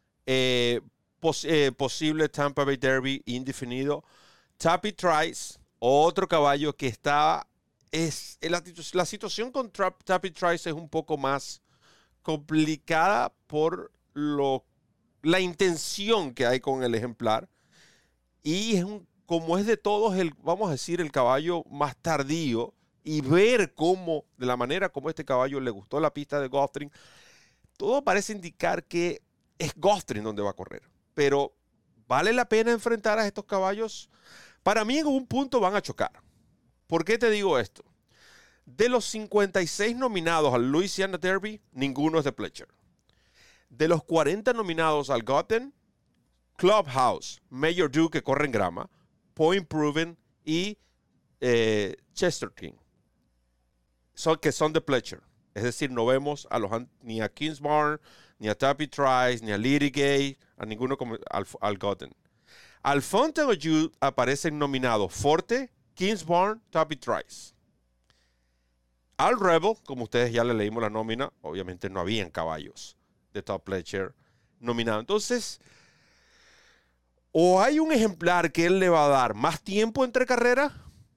Eh, pos eh, posible Tampa Bay Derby, indefinido. Tappy Trice, otro caballo que está... Es, la, la situación con Tappy Trice es un poco más complicada por lo, la intención que hay con el ejemplar. Y es un, como es de todos, el, vamos a decir, el caballo más tardío. Y ver cómo, de la manera como este caballo le gustó la pista de Gulfstream, todo parece indicar que es Gulfstream donde va a correr. Pero ¿vale la pena enfrentar a estos caballos? Para mí en un punto van a chocar. ¿Por qué te digo esto? De los cincuenta y seis nominados al Louisiana Derby, ninguno es de Pletcher. De los cuarenta nominados al Gotten, Clubhouse, Major Duke, que corre en grama, Point Proven y eh, Chester King, son, que son de Pletcher. Es decir, no vemos a los, ni a Kingsbarn, ni a Tappy Trice, ni a Litigate, a ninguno como al, al Gotten. Al Fountain of Youth aparecen nominados Forte, Kingsbarn, Tappy Trice. Al Rebel, como ustedes ya le leímos la nómina, obviamente no habían caballos de Top Pletcher nominados. Entonces, o hay un ejemplar que él le va a dar más tiempo entre carreras,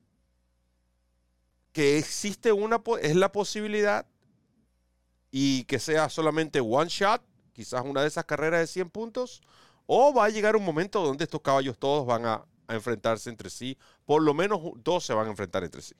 que existe una, es la posibilidad, y que sea solamente one shot, quizás una de esas carreras de cien puntos, o va a llegar un momento donde estos caballos todos van a, a enfrentarse entre sí. Por lo menos dos se van a enfrentar entre sí.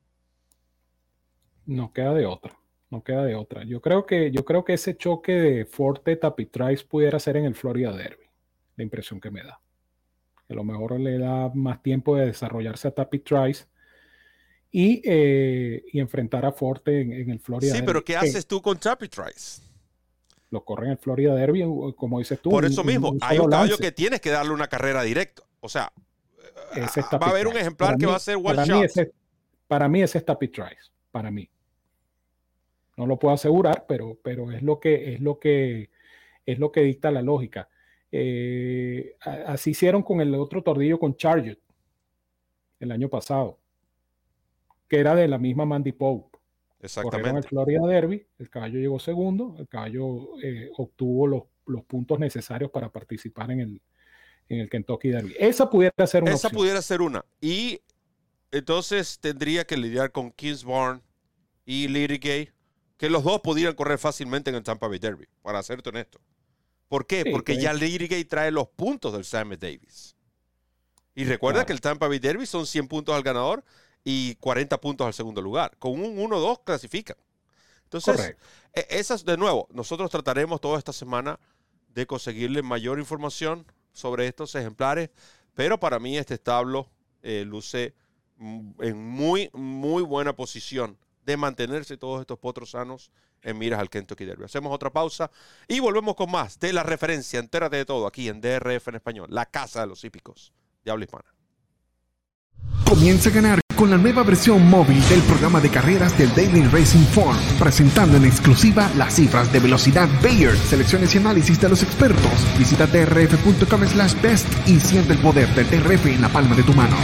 No queda de otra. No queda de otra. Yo creo que, yo creo que ese choque de Forte Tappy Trice pudiera ser en el Florida Derby. La impresión que me da. Que a lo mejor le da más tiempo de desarrollarse a Tappy Trice y, eh, y enfrentar a Forte en, en el Florida sí, Derby. Sí, pero ¿qué que haces tú con Tappy Trice? Lo corre en el Florida Derby, como dices tú. Por eso un, mismo, un hay un caballo lance. que tienes que darle una carrera directa. O sea, ese es va a haber un ejemplar para que mí, va a ser one para shot. Mí ese, para mí ese es Tappy Trice. Para mí. No lo puedo asegurar, pero, pero es lo que es lo que es lo que dicta la lógica. Eh, así hicieron con el otro tordillo con Charger el año pasado, que era de la misma Mandy Pope. Exactamente. Corrieron el Florida Derby, el caballo llegó segundo, el caballo eh, obtuvo los, los puntos necesarios para participar en el, en el Kentucky Derby. Esa pudiera ser una Esa opción. pudiera ser una. Y entonces tendría que lidiar con Kingsbarn y Litigate, que los dos pudieran correr fácilmente en el Tampa Bay Derby, para serte honesto. ¿Por qué? Sí, Porque que ya Litigate trae los puntos del Sam Davis. Y recuerda claro. que el Tampa Bay Derby son cien puntos al ganador y cuarenta puntos al segundo lugar. Con un uno dos clasifican. Entonces, Correcto. esas, de nuevo, nosotros trataremos toda esta semana de conseguirle mayor información sobre estos ejemplares, pero para mí este establo eh, luce en muy, muy buena posición de mantenerse todos estos potros sanos en miras al Kentucky Derby. Hacemos otra pausa y volvemos con más de la referencia. Entérate de todo aquí en D R F en español, la casa de los hípicos de habla hispana. Comienza a ganar con la nueva versión móvil del programa de carreras del Daily Racing Form, presentando en exclusiva las cifras de velocidad Bayer, selecciones y análisis de los expertos. Visita D R F punto com slash best y siente el poder del D R F en la palma de tu mano.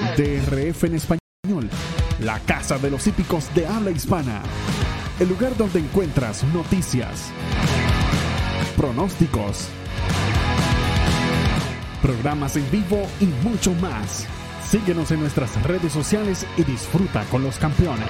D R F en español, la casa de los hípicos de habla hispana. El lugar donde encuentras noticias, pronósticos, programas en vivo y mucho más. Síguenos en nuestras redes sociales y disfruta con los campeones.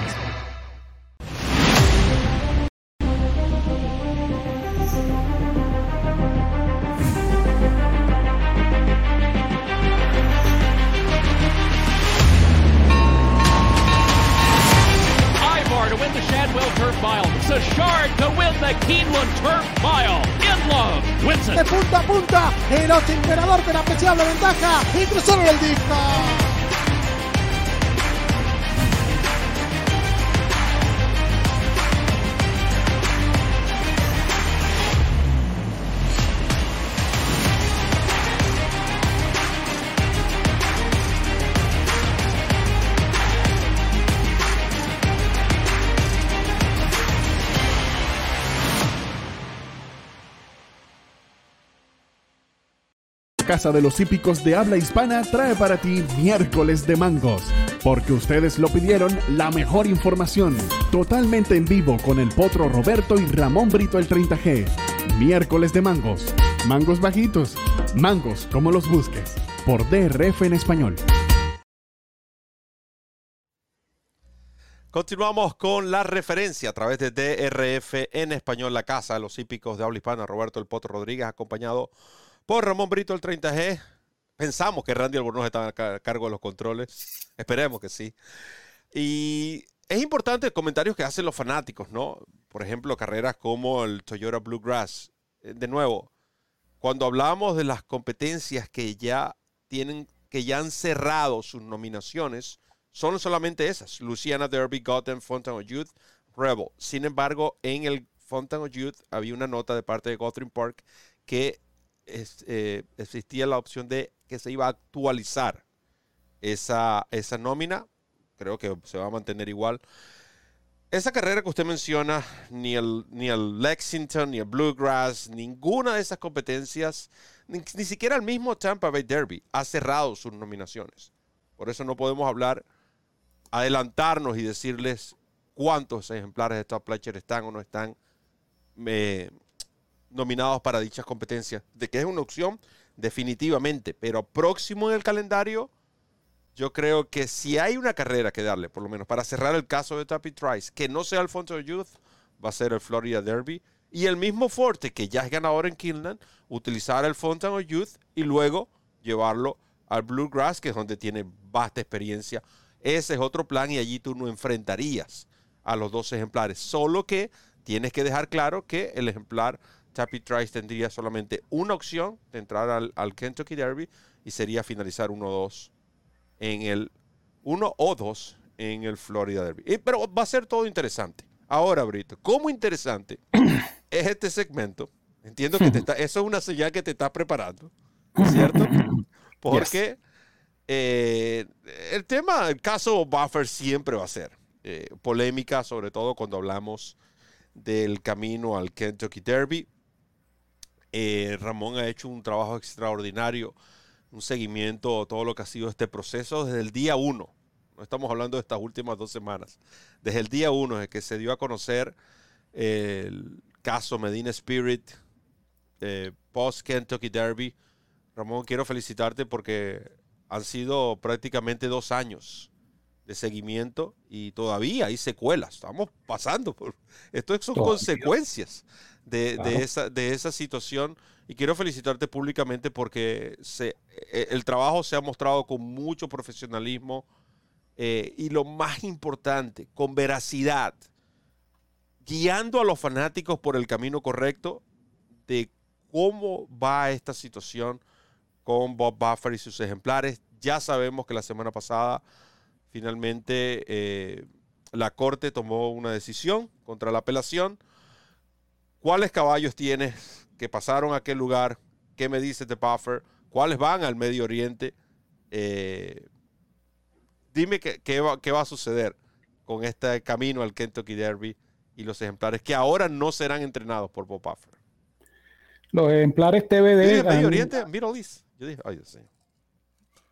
De punta a punta, el ocho emperador con apreciable ventaja y cruzaron el disco. Casa de los hípicos de habla hispana trae para ti miércoles de mangos, porque ustedes lo pidieron. La mejor información, totalmente en vivo con el Potro Roberto y Ramón Brito el treinta G. Miércoles de mangos, mangos bajitos, mangos como los busques, por D R F en español. Continuamos con la referencia a través de D R F en español, la casa de los hípicos de habla hispana. Roberto el Potro Rodríguez, acompañado por Ramón Brito el treinta G. Pensamos que Randy Albornoz está a cargo de los controles. Esperemos que sí. Y es importante los comentarios que hacen los fanáticos, ¿no? Por ejemplo, carreras como el Toyota Bluegrass. De nuevo, cuando hablamos de las competencias que ya tienen, que ya han cerrado sus nominaciones, son solamente esas: Louisiana Derby, Gotham, Fountain of Youth, Rebel. Sin embargo, en el Fountain of Youth había una nota de parte de Guthrie Park que Es, eh, existía la opción de que se iba a actualizar esa, esa nómina. Creo que se va a mantener igual. Esa carrera que usted menciona, ni el, ni el Lexington, ni el Bluegrass, ninguna de esas competencias, ni, ni siquiera el mismo Tampa Bay Derby ha cerrado sus nominaciones. Por eso no podemos hablar, adelantarnos y decirles cuántos ejemplares de Top Pletcher están o no están eh, nominados para dichas competencias. De que es una opción, definitivamente, pero próximo en el calendario, yo creo que si hay una carrera que darle, por lo menos para cerrar el caso de Tuppy Trice, que no sea el Fountain of Youth, va a ser el Florida Derby, y el mismo Forte, que ya es ganador en Keeneland, utilizar el Fountain of Youth y luego llevarlo al Bluegrass, que es donde tiene vasta experiencia. Ese es otro plan, y allí tú no enfrentarías a los dos ejemplares, solo que tienes que dejar claro que el ejemplar Tuppy Trice tendría solamente una opción de entrar al, al Kentucky Derby, y sería finalizar uno o dos en el uno o dos en el Florida Derby. Y, pero va a ser todo interesante. Ahora, Brito, ¿cómo interesante es este segmento? Entiendo que te está, eso es una señal que te estás preparando, ¿cierto? Porque yes. eh, el tema, el caso Buffer siempre va a ser eh, polémica, sobre todo cuando hablamos del camino al Kentucky Derby. Eh, Ramón ha hecho un trabajo extraordinario, un seguimiento, todo lo que ha sido este proceso desde el día uno. No estamos hablando de estas últimas dos semanas. Desde el día uno, desde que se dio a conocer eh, el caso Medina Spirit, eh, post Kentucky Derby. Ramón, quiero felicitarte porque han sido prácticamente dos años de seguimiento y todavía hay secuelas. Estamos pasando por esto, son todavía consecuencias de, claro. de, esa, de esa situación, y quiero felicitarte públicamente porque se, el trabajo se ha mostrado con mucho profesionalismo eh, y lo más importante, con veracidad, guiando a los fanáticos por el camino correcto de cómo va esta situación con Bob Buffer y sus ejemplares. Ya sabemos que la semana pasada finalmente eh, la Corte tomó una decisión contra la apelación. ¿Cuáles caballos tienes que pasaron a aquel lugar? ¿Qué me dices de Buffer? ¿Cuáles van al Medio Oriente? Eh, dime qué, qué, va, qué va a suceder con este camino al Kentucky Derby y los ejemplares que ahora no serán entrenados por Bob Buffer. Los ejemplares T B D... ¿Medio Oriente? Middle East. Yo dije, ay, Dios mío.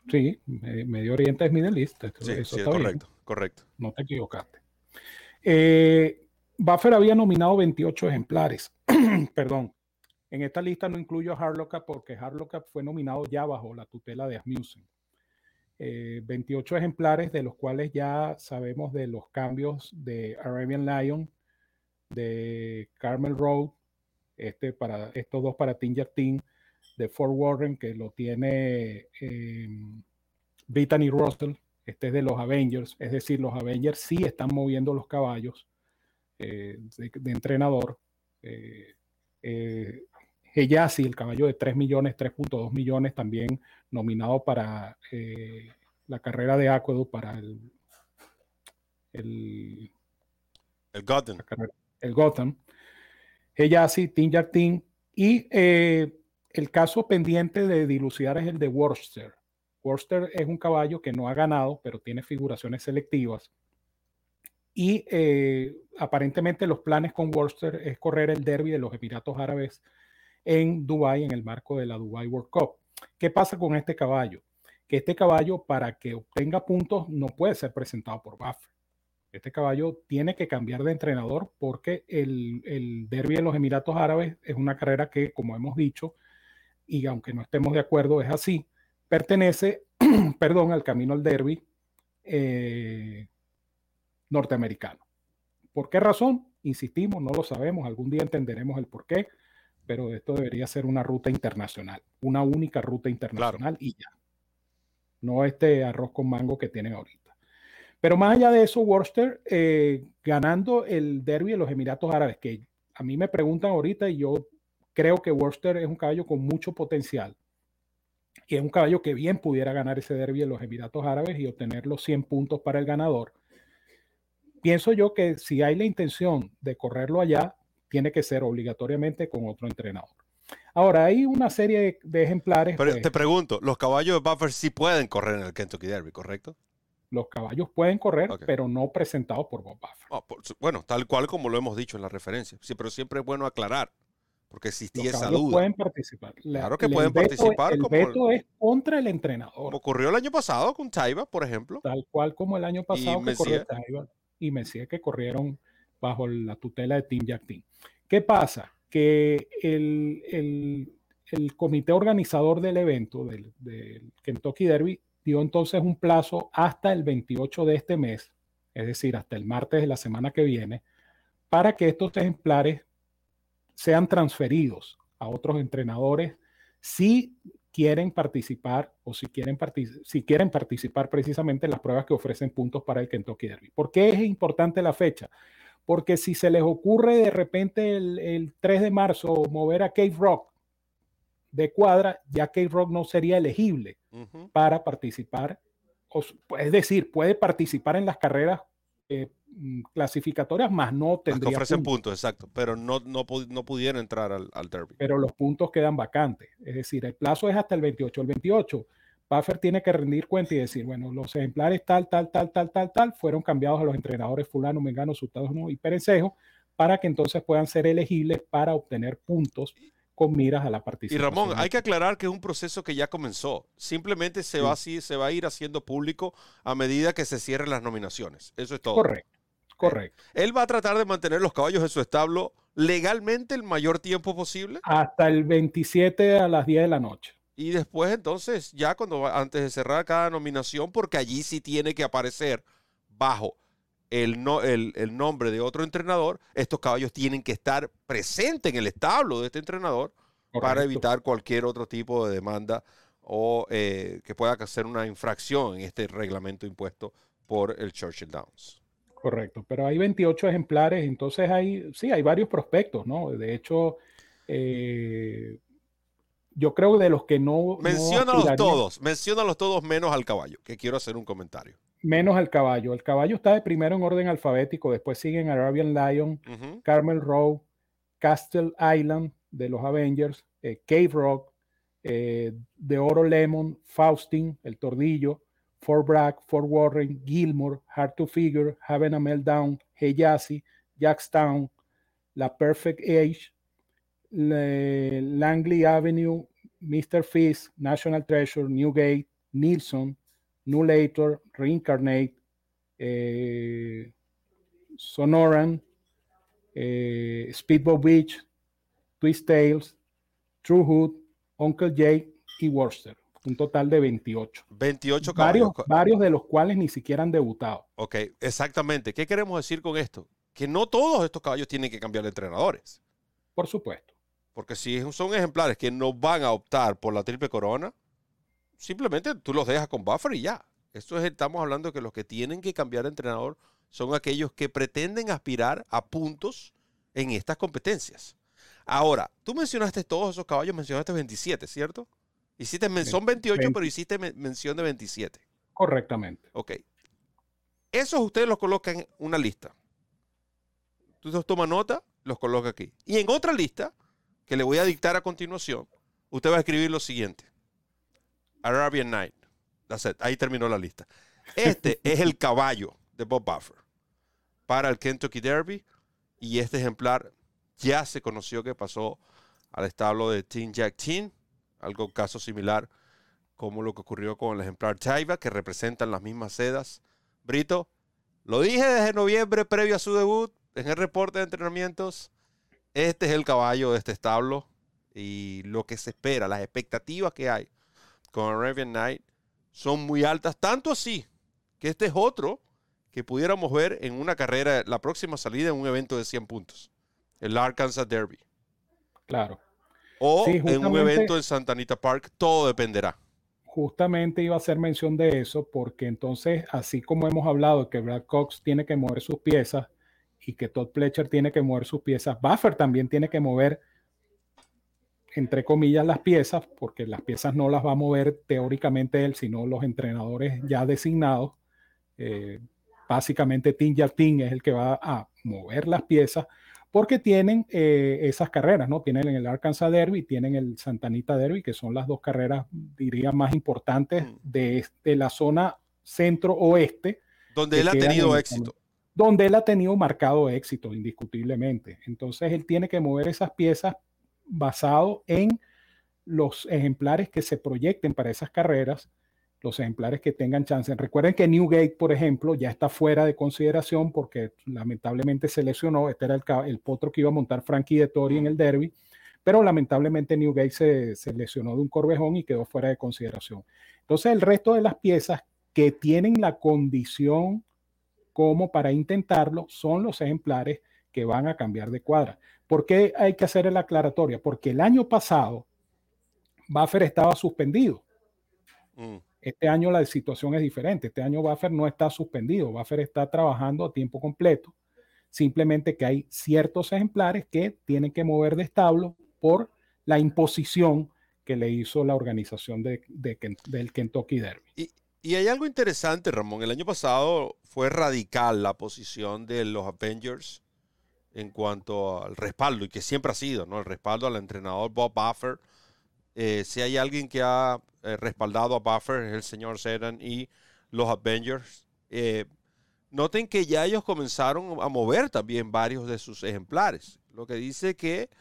Sí, Medio Oriente es Middle East. Eso, Sí, eso sí, está correcto, bien. correcto. No te equivocaste. Eh, Buffer había nominado veintiocho ejemplares. Perdón. En esta lista no incluyo a Harlock porque Harlock fue nominado ya bajo la tutela de Asmussen. Eh, veintiocho ejemplares, de los cuales ya sabemos de los cambios de Arabian Lion, de Carmel Road, este para, estos dos para Team Jack Team, de Fort Warren, que lo tiene eh, Brittany Russell, este es de los Avengers, es decir, los Avengers sí están moviendo los caballos eh, de, de entrenador. Eh, eh, Heyazi, el caballo de tres millones, tres punto dos millones, también nominado para eh, la carrera de Aqueduct, para el el, el Gotham. Carrera, el Gotham. Heyazi, Team Jack Team, y eh, el caso pendiente de dilucidar es el de Worcester. Worcester es un caballo que no ha ganado, pero tiene figuraciones selectivas. Y eh, aparentemente los planes con Worcester es correr el derby de los Emiratos Árabes en Dubái, en el marco de la Dubai World Cup. ¿Qué pasa con este caballo? Que este caballo, para que obtenga puntos, no puede ser presentado por Buffer. Este caballo tiene que cambiar de entrenador porque el, el derby de los Emiratos Árabes es una carrera que, como hemos dicho, y aunque no estemos de acuerdo, es así, pertenece, perdón, al camino al derby eh, norteamericano. ¿Por qué razón? Insistimos, no lo sabemos, algún día entenderemos el por qué, pero esto debería ser una ruta internacional, una única ruta internacional, claro, y ya. No este arroz con mango que tienen ahorita. Pero más allá de eso, Worcester eh, ganando el derby de los Emiratos Árabes, que a mí me preguntan ahorita y yo creo que Worcester es un caballo con mucho potencial. Y es un caballo que bien pudiera ganar ese derby de los Emiratos Árabes y obtener los cien puntos para el ganador. Pienso yo que si hay la intención de correrlo allá, tiene que ser obligatoriamente con otro entrenador. Ahora, hay una serie de, de ejemplares. Pero pues, te pregunto, los caballos de Buffer sí pueden correr en el Kentucky Derby, ¿correcto? Los caballos pueden correr, okay, pero no presentados por Bob Buffer. Oh, por, bueno, tal cual como lo hemos dicho en la referencia. Sí, pero siempre es bueno aclarar, porque existía esa duda. Pueden participar. La, claro que pueden veto, participar. El como veto es contra el entrenador. Como ocurrió el año pasado con Taiba, por ejemplo. Tal cual como el año pasado y que corrió Taiba y Messier, que corrieron bajo la tutela de Team Jack Team. ¿Qué pasa? Que el, el, el comité organizador del evento, del, del Kentucky Derby, dio entonces un plazo hasta el veintiocho de este mes, es decir, hasta el martes de la semana que viene, para que estos ejemplares sean transferidos a otros entrenadores si quieren participar o si quieren, partic- si quieren participar precisamente en las pruebas que ofrecen puntos para el Kentucky Derby. ¿Por qué es importante la fecha? Porque si se les ocurre de repente el, el tres de marzo mover a Cave Rock de cuadra, ya Cave Rock no sería elegible uh-huh. para participar, o, es decir, puede participar en las carreras eh, clasificatorias, más no tendría las que ofrecen puntos. puntos, exacto, pero no, no, no pudiera entrar al, al derby. Pero los puntos quedan vacantes, es decir, el plazo es hasta el veintiocho. El veintiocho, Buffer tiene que rendir cuenta y decir, bueno, los ejemplares tal, tal, tal, tal, tal, tal, fueron cambiados a los entrenadores fulano, mengano, sutano y perencejo, para que entonces puedan ser elegibles para obtener puntos con miras a la participación. Y Ramón, hay que aclarar que es un proceso que ya comenzó. Simplemente se, sí. va, así, se va a ir haciendo público a medida que se cierren las nominaciones. Eso es todo. Correcto, correcto. Él va a tratar de mantener los caballos en su establo legalmente el mayor tiempo posible. Hasta el veintisiete a las diez de la noche. Y después entonces, ya cuando antes de cerrar cada nominación, porque allí sí tiene que aparecer bajo el, no, el, el nombre de otro entrenador, estos caballos tienen que estar presentes en el establo de este entrenador. Correcto. Para evitar cualquier otro tipo de demanda o eh, que pueda hacer una infracción en este reglamento impuesto por el Churchill Downs. Correcto, pero hay veintiocho ejemplares, entonces hay, sí, hay varios prospectos, ¿no? De hecho, eh, yo creo que de los que no... Menciónalos no todos, menciónalos todos menos al caballo, que quiero hacer un comentario. Menos al caballo. El caballo está de primero en orden alfabético, después siguen Arabian Lion, uh-huh. Carmel Row, Castle Island de los Avengers, eh, Cave Rock, eh, De Oro Lemon, Faustin, El Tordillo, Fort Bragg, Fort Warren, Gilmore, Hard to Figure, Having a Meltdown, Heyazi, Jackstown, La Perfect Age, Le, Langley Avenue, mister Fisk, National Treasure, Newgate, Nilsson, Nulator, Reincarnate, eh, Sonoran, eh, Speedboat Beach, Twist Tales, True Hood, Uncle Jake y Worcester. Un total de veintiocho. veintiocho varios, caballos. Varios de los cuales ni siquiera han debutado. Ok, exactamente. ¿Qué queremos decir con esto? Que no todos estos caballos tienen que cambiar de entrenadores. Por supuesto. Porque si son ejemplares que no van a optar por la triple corona, simplemente tú los dejas con Buffer y ya. Esto es, estamos hablando de que los que tienen que cambiar de entrenador son aquellos que pretenden aspirar a puntos en estas competencias. Ahora, tú mencionaste todos esos caballos, mencionaste veintisiete, ¿cierto? Hiciste men- son veintiocho, veinte. Pero hiciste men- mención de veintisiete. Correctamente. Ok. Esos ustedes los colocan en una lista. Tú los tomas nota, los coloca aquí. Y en otra lista, que le voy a dictar a continuación, usted va a escribir lo siguiente. Arabian Night. That's it. Ahí terminó la lista. Este es el caballo de Bob Buffer para el Kentucky Derby. Y este ejemplar ya se conoció que pasó al establo de Team Jack Team. Algo caso similar como lo que ocurrió con el ejemplar Taiba, que representan las mismas sedas. Brito, lo dije desde noviembre previo a su debut en el reporte de entrenamientos. Este es el caballo de este establo y lo que se espera, las expectativas que hay con Arabian Night son muy altas, tanto así que este es otro que pudiéramos ver en una carrera, la próxima salida en un evento de cien puntos, el Arkansas Derby. Claro. O sí, en un evento en Santa Anita Park, todo dependerá. Justamente iba a hacer mención de eso, porque entonces, así como hemos hablado que Brad Cox tiene que mover sus piezas y que Todd Pletcher tiene que mover sus piezas, Buffer también tiene que mover, entre comillas, las piezas, porque las piezas no las va a mover teóricamente él, sino los entrenadores ya designados. Eh, básicamente Team Jack Team es el que va a mover las piezas, porque tienen eh, esas carreras, ¿no? Tienen el Arkansas Derby, tienen el Santa Anita Derby, que son las dos carreras, diría, más importantes de, de la zona centro-oeste. Donde él ha tenido éxito. Donde él ha tenido marcado éxito, indiscutiblemente. Entonces, él tiene que mover esas piezas basado en los ejemplares que se proyecten para esas carreras, los ejemplares que tengan chance. Recuerden que Newgate, por ejemplo, ya está fuera de consideración porque lamentablemente se lesionó. Este era el, el potro que iba a montar Frankie Dettori en el Derby, pero lamentablemente Newgate se, se lesionó de un corvejón y quedó fuera de consideración. Entonces, el resto de las piezas que tienen la condición como para intentarlo son los ejemplares que van a cambiar de cuadra. ¿Por qué hay que hacer la aclaratoria? Porque el año pasado Buffer estaba suspendido. Mm. Este año la situación es diferente. Este año Buffer no está suspendido. Buffer está trabajando a tiempo completo. Simplemente que hay ciertos ejemplares que tienen que mover de establo por la imposición que le hizo la organización de, de, del Kentucky Derby. Y, y hay algo interesante, Ramón. El año pasado fue radical la posición de los Avengers en cuanto al respaldo, y que siempre ha sido, ¿no? El respaldo al entrenador Bob Buffer. Eh, si hay alguien que ha eh, respaldado a Buffer es el señor Sedan y los Avengers. Eh, noten que ya ellos comenzaron a mover también varios de sus ejemplares, lo que dice que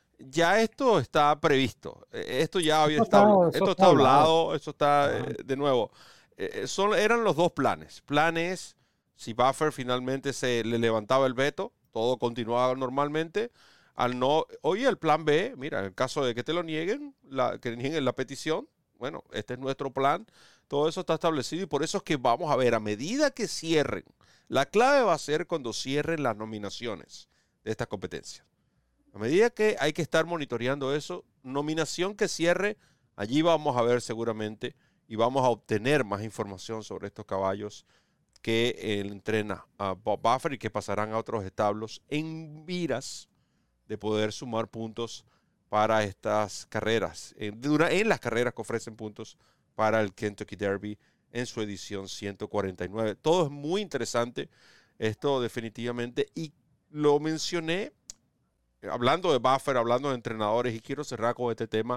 ya esto está previsto. Eh, esto ya había esto estado, está, esto está hablado, esto está eh, de nuevo. Eh, son, eran los dos planes. Planes, si Buffer finalmente se le levantaba el veto, todo continuaba normalmente. Al no, oye, el plan B, mira, en el caso de que te lo nieguen, la, que nieguen la petición, bueno, este es nuestro plan, todo eso está establecido y por eso es que vamos a ver, a medida que cierren, la clave va a ser cuando cierren las nominaciones de estas competencias. A medida que hay que estar monitoreando eso, nominación que cierre, allí vamos a ver seguramente y vamos a obtener más información sobre estos caballos que él entrena a Bob Buffer y que pasarán a otros establos en miras de poder sumar puntos para estas carreras, en, en las carreras que ofrecen puntos para el Kentucky Derby en su edición ciento cuarenta y nueve. Todo es muy interesante, esto definitivamente, y lo mencioné hablando de Buffer, hablando de entrenadores, y quiero cerrar con este tema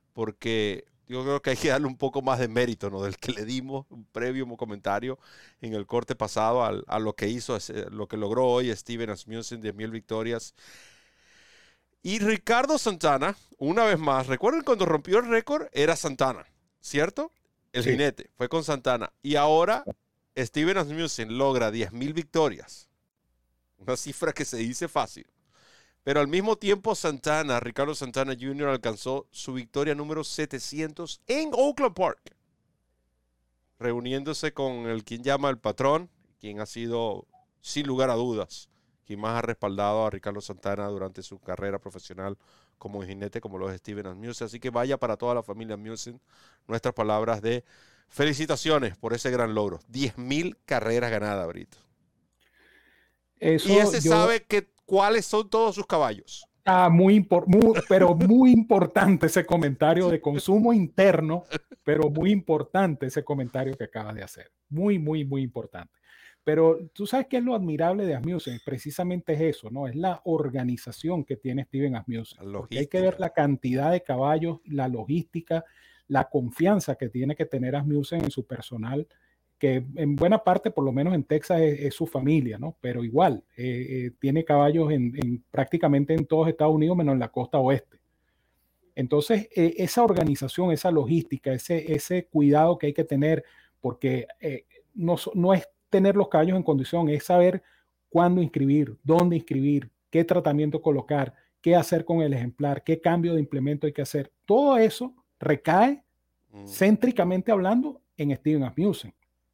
porque yo creo que hay que darle un poco más de mérito, ¿no? Del que le dimos un previo comentario en el corte pasado a, a lo que hizo, lo que logró hoy Steven Asmussen, diez mil victorias. Y Ricardo Santana, una vez más, recuerden cuando rompió el récord, era Santana, ¿cierto? el Sí. jinete, fue con Santana. Y ahora Steven Asmussen logra diez mil victorias. Una cifra que se dice fácil. Pero al mismo tiempo Santana, Ricardo Santana junior, alcanzó su victoria número setecientos en Oakland Park. Reuniéndose con el quien llama el patrón, quien ha sido, sin lugar a dudas, quien más ha respaldado a Ricardo Santana durante su carrera profesional como jinete, como lo es Steven Asmussen. Así que vaya para toda la familia Asmussen nuestras palabras de felicitaciones por ese gran logro. diez mil carreras ganadas, Brito. Eso Y ese yo- sabe que, cuáles son todos sus caballos. Ah, muy, impor- muy pero muy importante ese comentario de consumo interno, pero muy importante ese comentario que acabas de hacer. Muy, muy, muy importante. Pero tú sabes qué es lo admirable de Asmussen, precisamente es eso, ¿no? Es la organización que tiene Steven Asmussen. La Porque hay que ver logística. la cantidad de caballos, la logística, la confianza que tiene que tener Asmussen en su personal, que en buena parte, por lo menos en Texas, es, es su familia, ¿no? Pero igual, eh, eh, tiene caballos en, en prácticamente en todos Estados Unidos, menos en la costa oeste. Entonces, eh, esa organización, esa logística, ese, ese cuidado que hay que tener, porque eh, no, so- no es tener los caballos en condición, es saber cuándo inscribir, dónde inscribir, qué tratamiento colocar, qué hacer con el ejemplar, qué cambio de implemento hay que hacer. Todo eso recae, Mm. céntricamente hablando, en Steven Asmussen.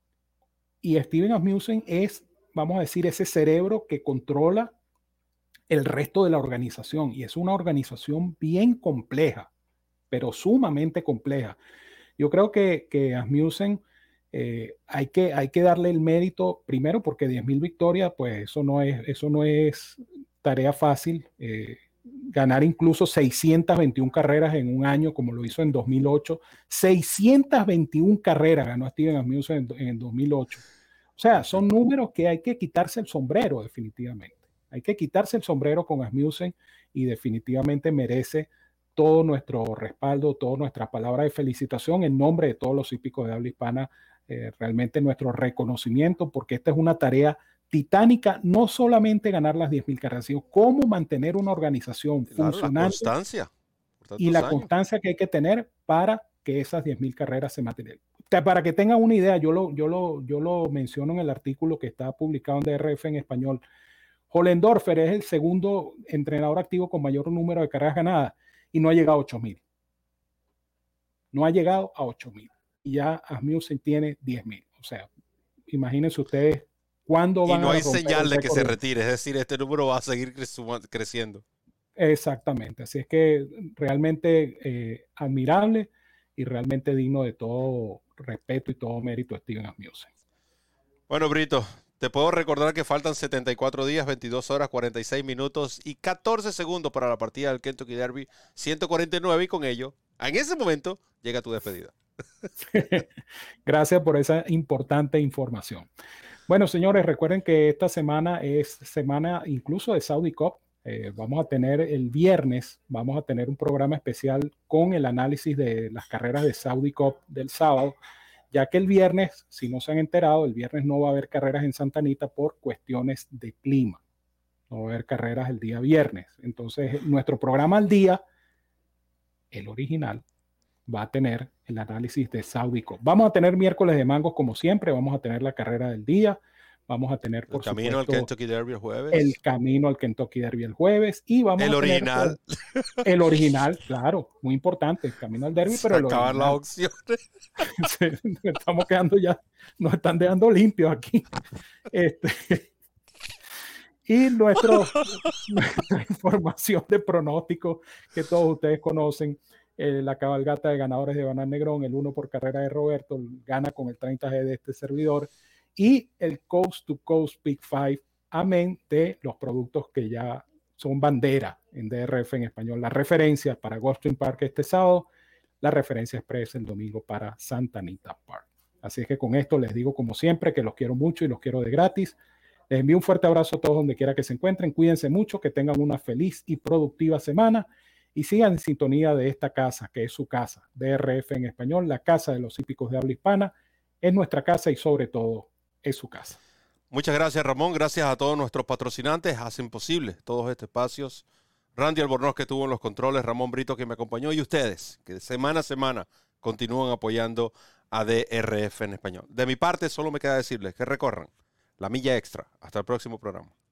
Y Steven Asmussen es, vamos a decir, ese cerebro que controla el resto de la organización. Y es una organización bien compleja, pero sumamente compleja. Yo creo que, que Asmussen eh, hay, que, hay que darle el mérito, primero porque diez mil victorias, pues eso no es, eso no es tarea fácil. Eh, ganar incluso seiscientas veintiuna carreras en un año, como lo hizo en dos mil ocho. seiscientas veintiuna carreras ganó Steven Asmussen en, en el dos mil ocho. O sea, son números que hay que quitarse el sombrero, definitivamente. Hay que quitarse el sombrero con Asmussen y definitivamente merece todo nuestro respaldo, toda nuestra palabra de felicitación en nombre de todos los hípicos de habla hispana, eh, realmente nuestro reconocimiento, porque esta es una tarea titánica, no solamente ganar las diez mil carreras, sino cómo mantener una organización Claro, la funcionante constancia. por tantos y la años. constancia que hay que tener para que esas diez mil carreras se mantengan. Para que tengan una idea, yo lo, yo, lo, yo lo menciono en el artículo que está publicado en D R F en español. Hollendorfer es el segundo entrenador activo con mayor número de carreras ganadas y no ha llegado a ocho mil. No ha llegado a ocho mil. Y ya Asmussen tiene diez mil. O sea, imagínense ustedes cuándo Y van no a hay romper señal el de que se récord. retire. Es decir, este número va a seguir cre- creciendo. Exactamente. Así es que realmente eh, admirable y realmente digno de todo respeto y todo mérito a Steven Asmussen. Bueno, Brito, te puedo recordar que faltan setenta y cuatro días, veintidós horas, cuarenta y seis minutos y catorce segundos para la partida del Kentucky Derby ciento cuarenta y nueve, y con ello, en ese momento, llega tu despedida. Gracias por esa importante información. Bueno, señores, recuerden que esta semana es semana incluso de Saudi Cup. Eh, vamos a tener el viernes, vamos a tener un programa especial con el análisis de las carreras de Saudi Cup del sábado, ya que el viernes, si no se han enterado, el viernes no va a haber carreras en Santa Anita por cuestiones de clima. No va a haber carreras el día viernes. Entonces, nuestro programa al día, el original, va a tener el análisis de Saudi Cup. Vamos a tener miércoles de mangos como siempre, vamos a tener la carrera del día, vamos a tener, por El camino supuesto, al Kentucky Derby el jueves. el camino al Kentucky Derby el jueves y vamos El a tener original. pues, el original, claro, muy importante, el camino al Derby, Se pero el acaban las original. opciones. Sí, estamos quedando ya, nos están dejando limpios aquí. Este, y nuestro, nuestra información de pronóstico que todos ustedes conocen, eh, la cabalgata de ganadores de Banal Negrón, el uno por carrera de Roberto, gana con el treinta G de este servidor, y el Coast to Coast Pick Five, amén de los productos que ya son bandera en D R F en español, la referencia para Gulfstream Park este sábado, la referencia express el domingo para Santa Anita Park. Así es que con esto les digo como siempre que los quiero mucho y los quiero de gratis. Les envío un fuerte abrazo a todos donde quiera que se encuentren. Cuídense mucho, que tengan una feliz y productiva semana y sigan en sintonía de esta casa, que es su casa, D R F en español, la casa de los hípicos de habla hispana. Es nuestra casa y sobre todo es su casa. Muchas gracias, Ramón. Gracias a todos nuestros patrocinantes. Hacen posible todos estos espacios. Randy Albornoz, que estuvo en los controles, Ramón Brito, que me acompañó, y ustedes, que semana a semana continúan apoyando a D R F en español. De mi parte, solo me queda decirles que recorran la milla extra. Hasta el próximo programa.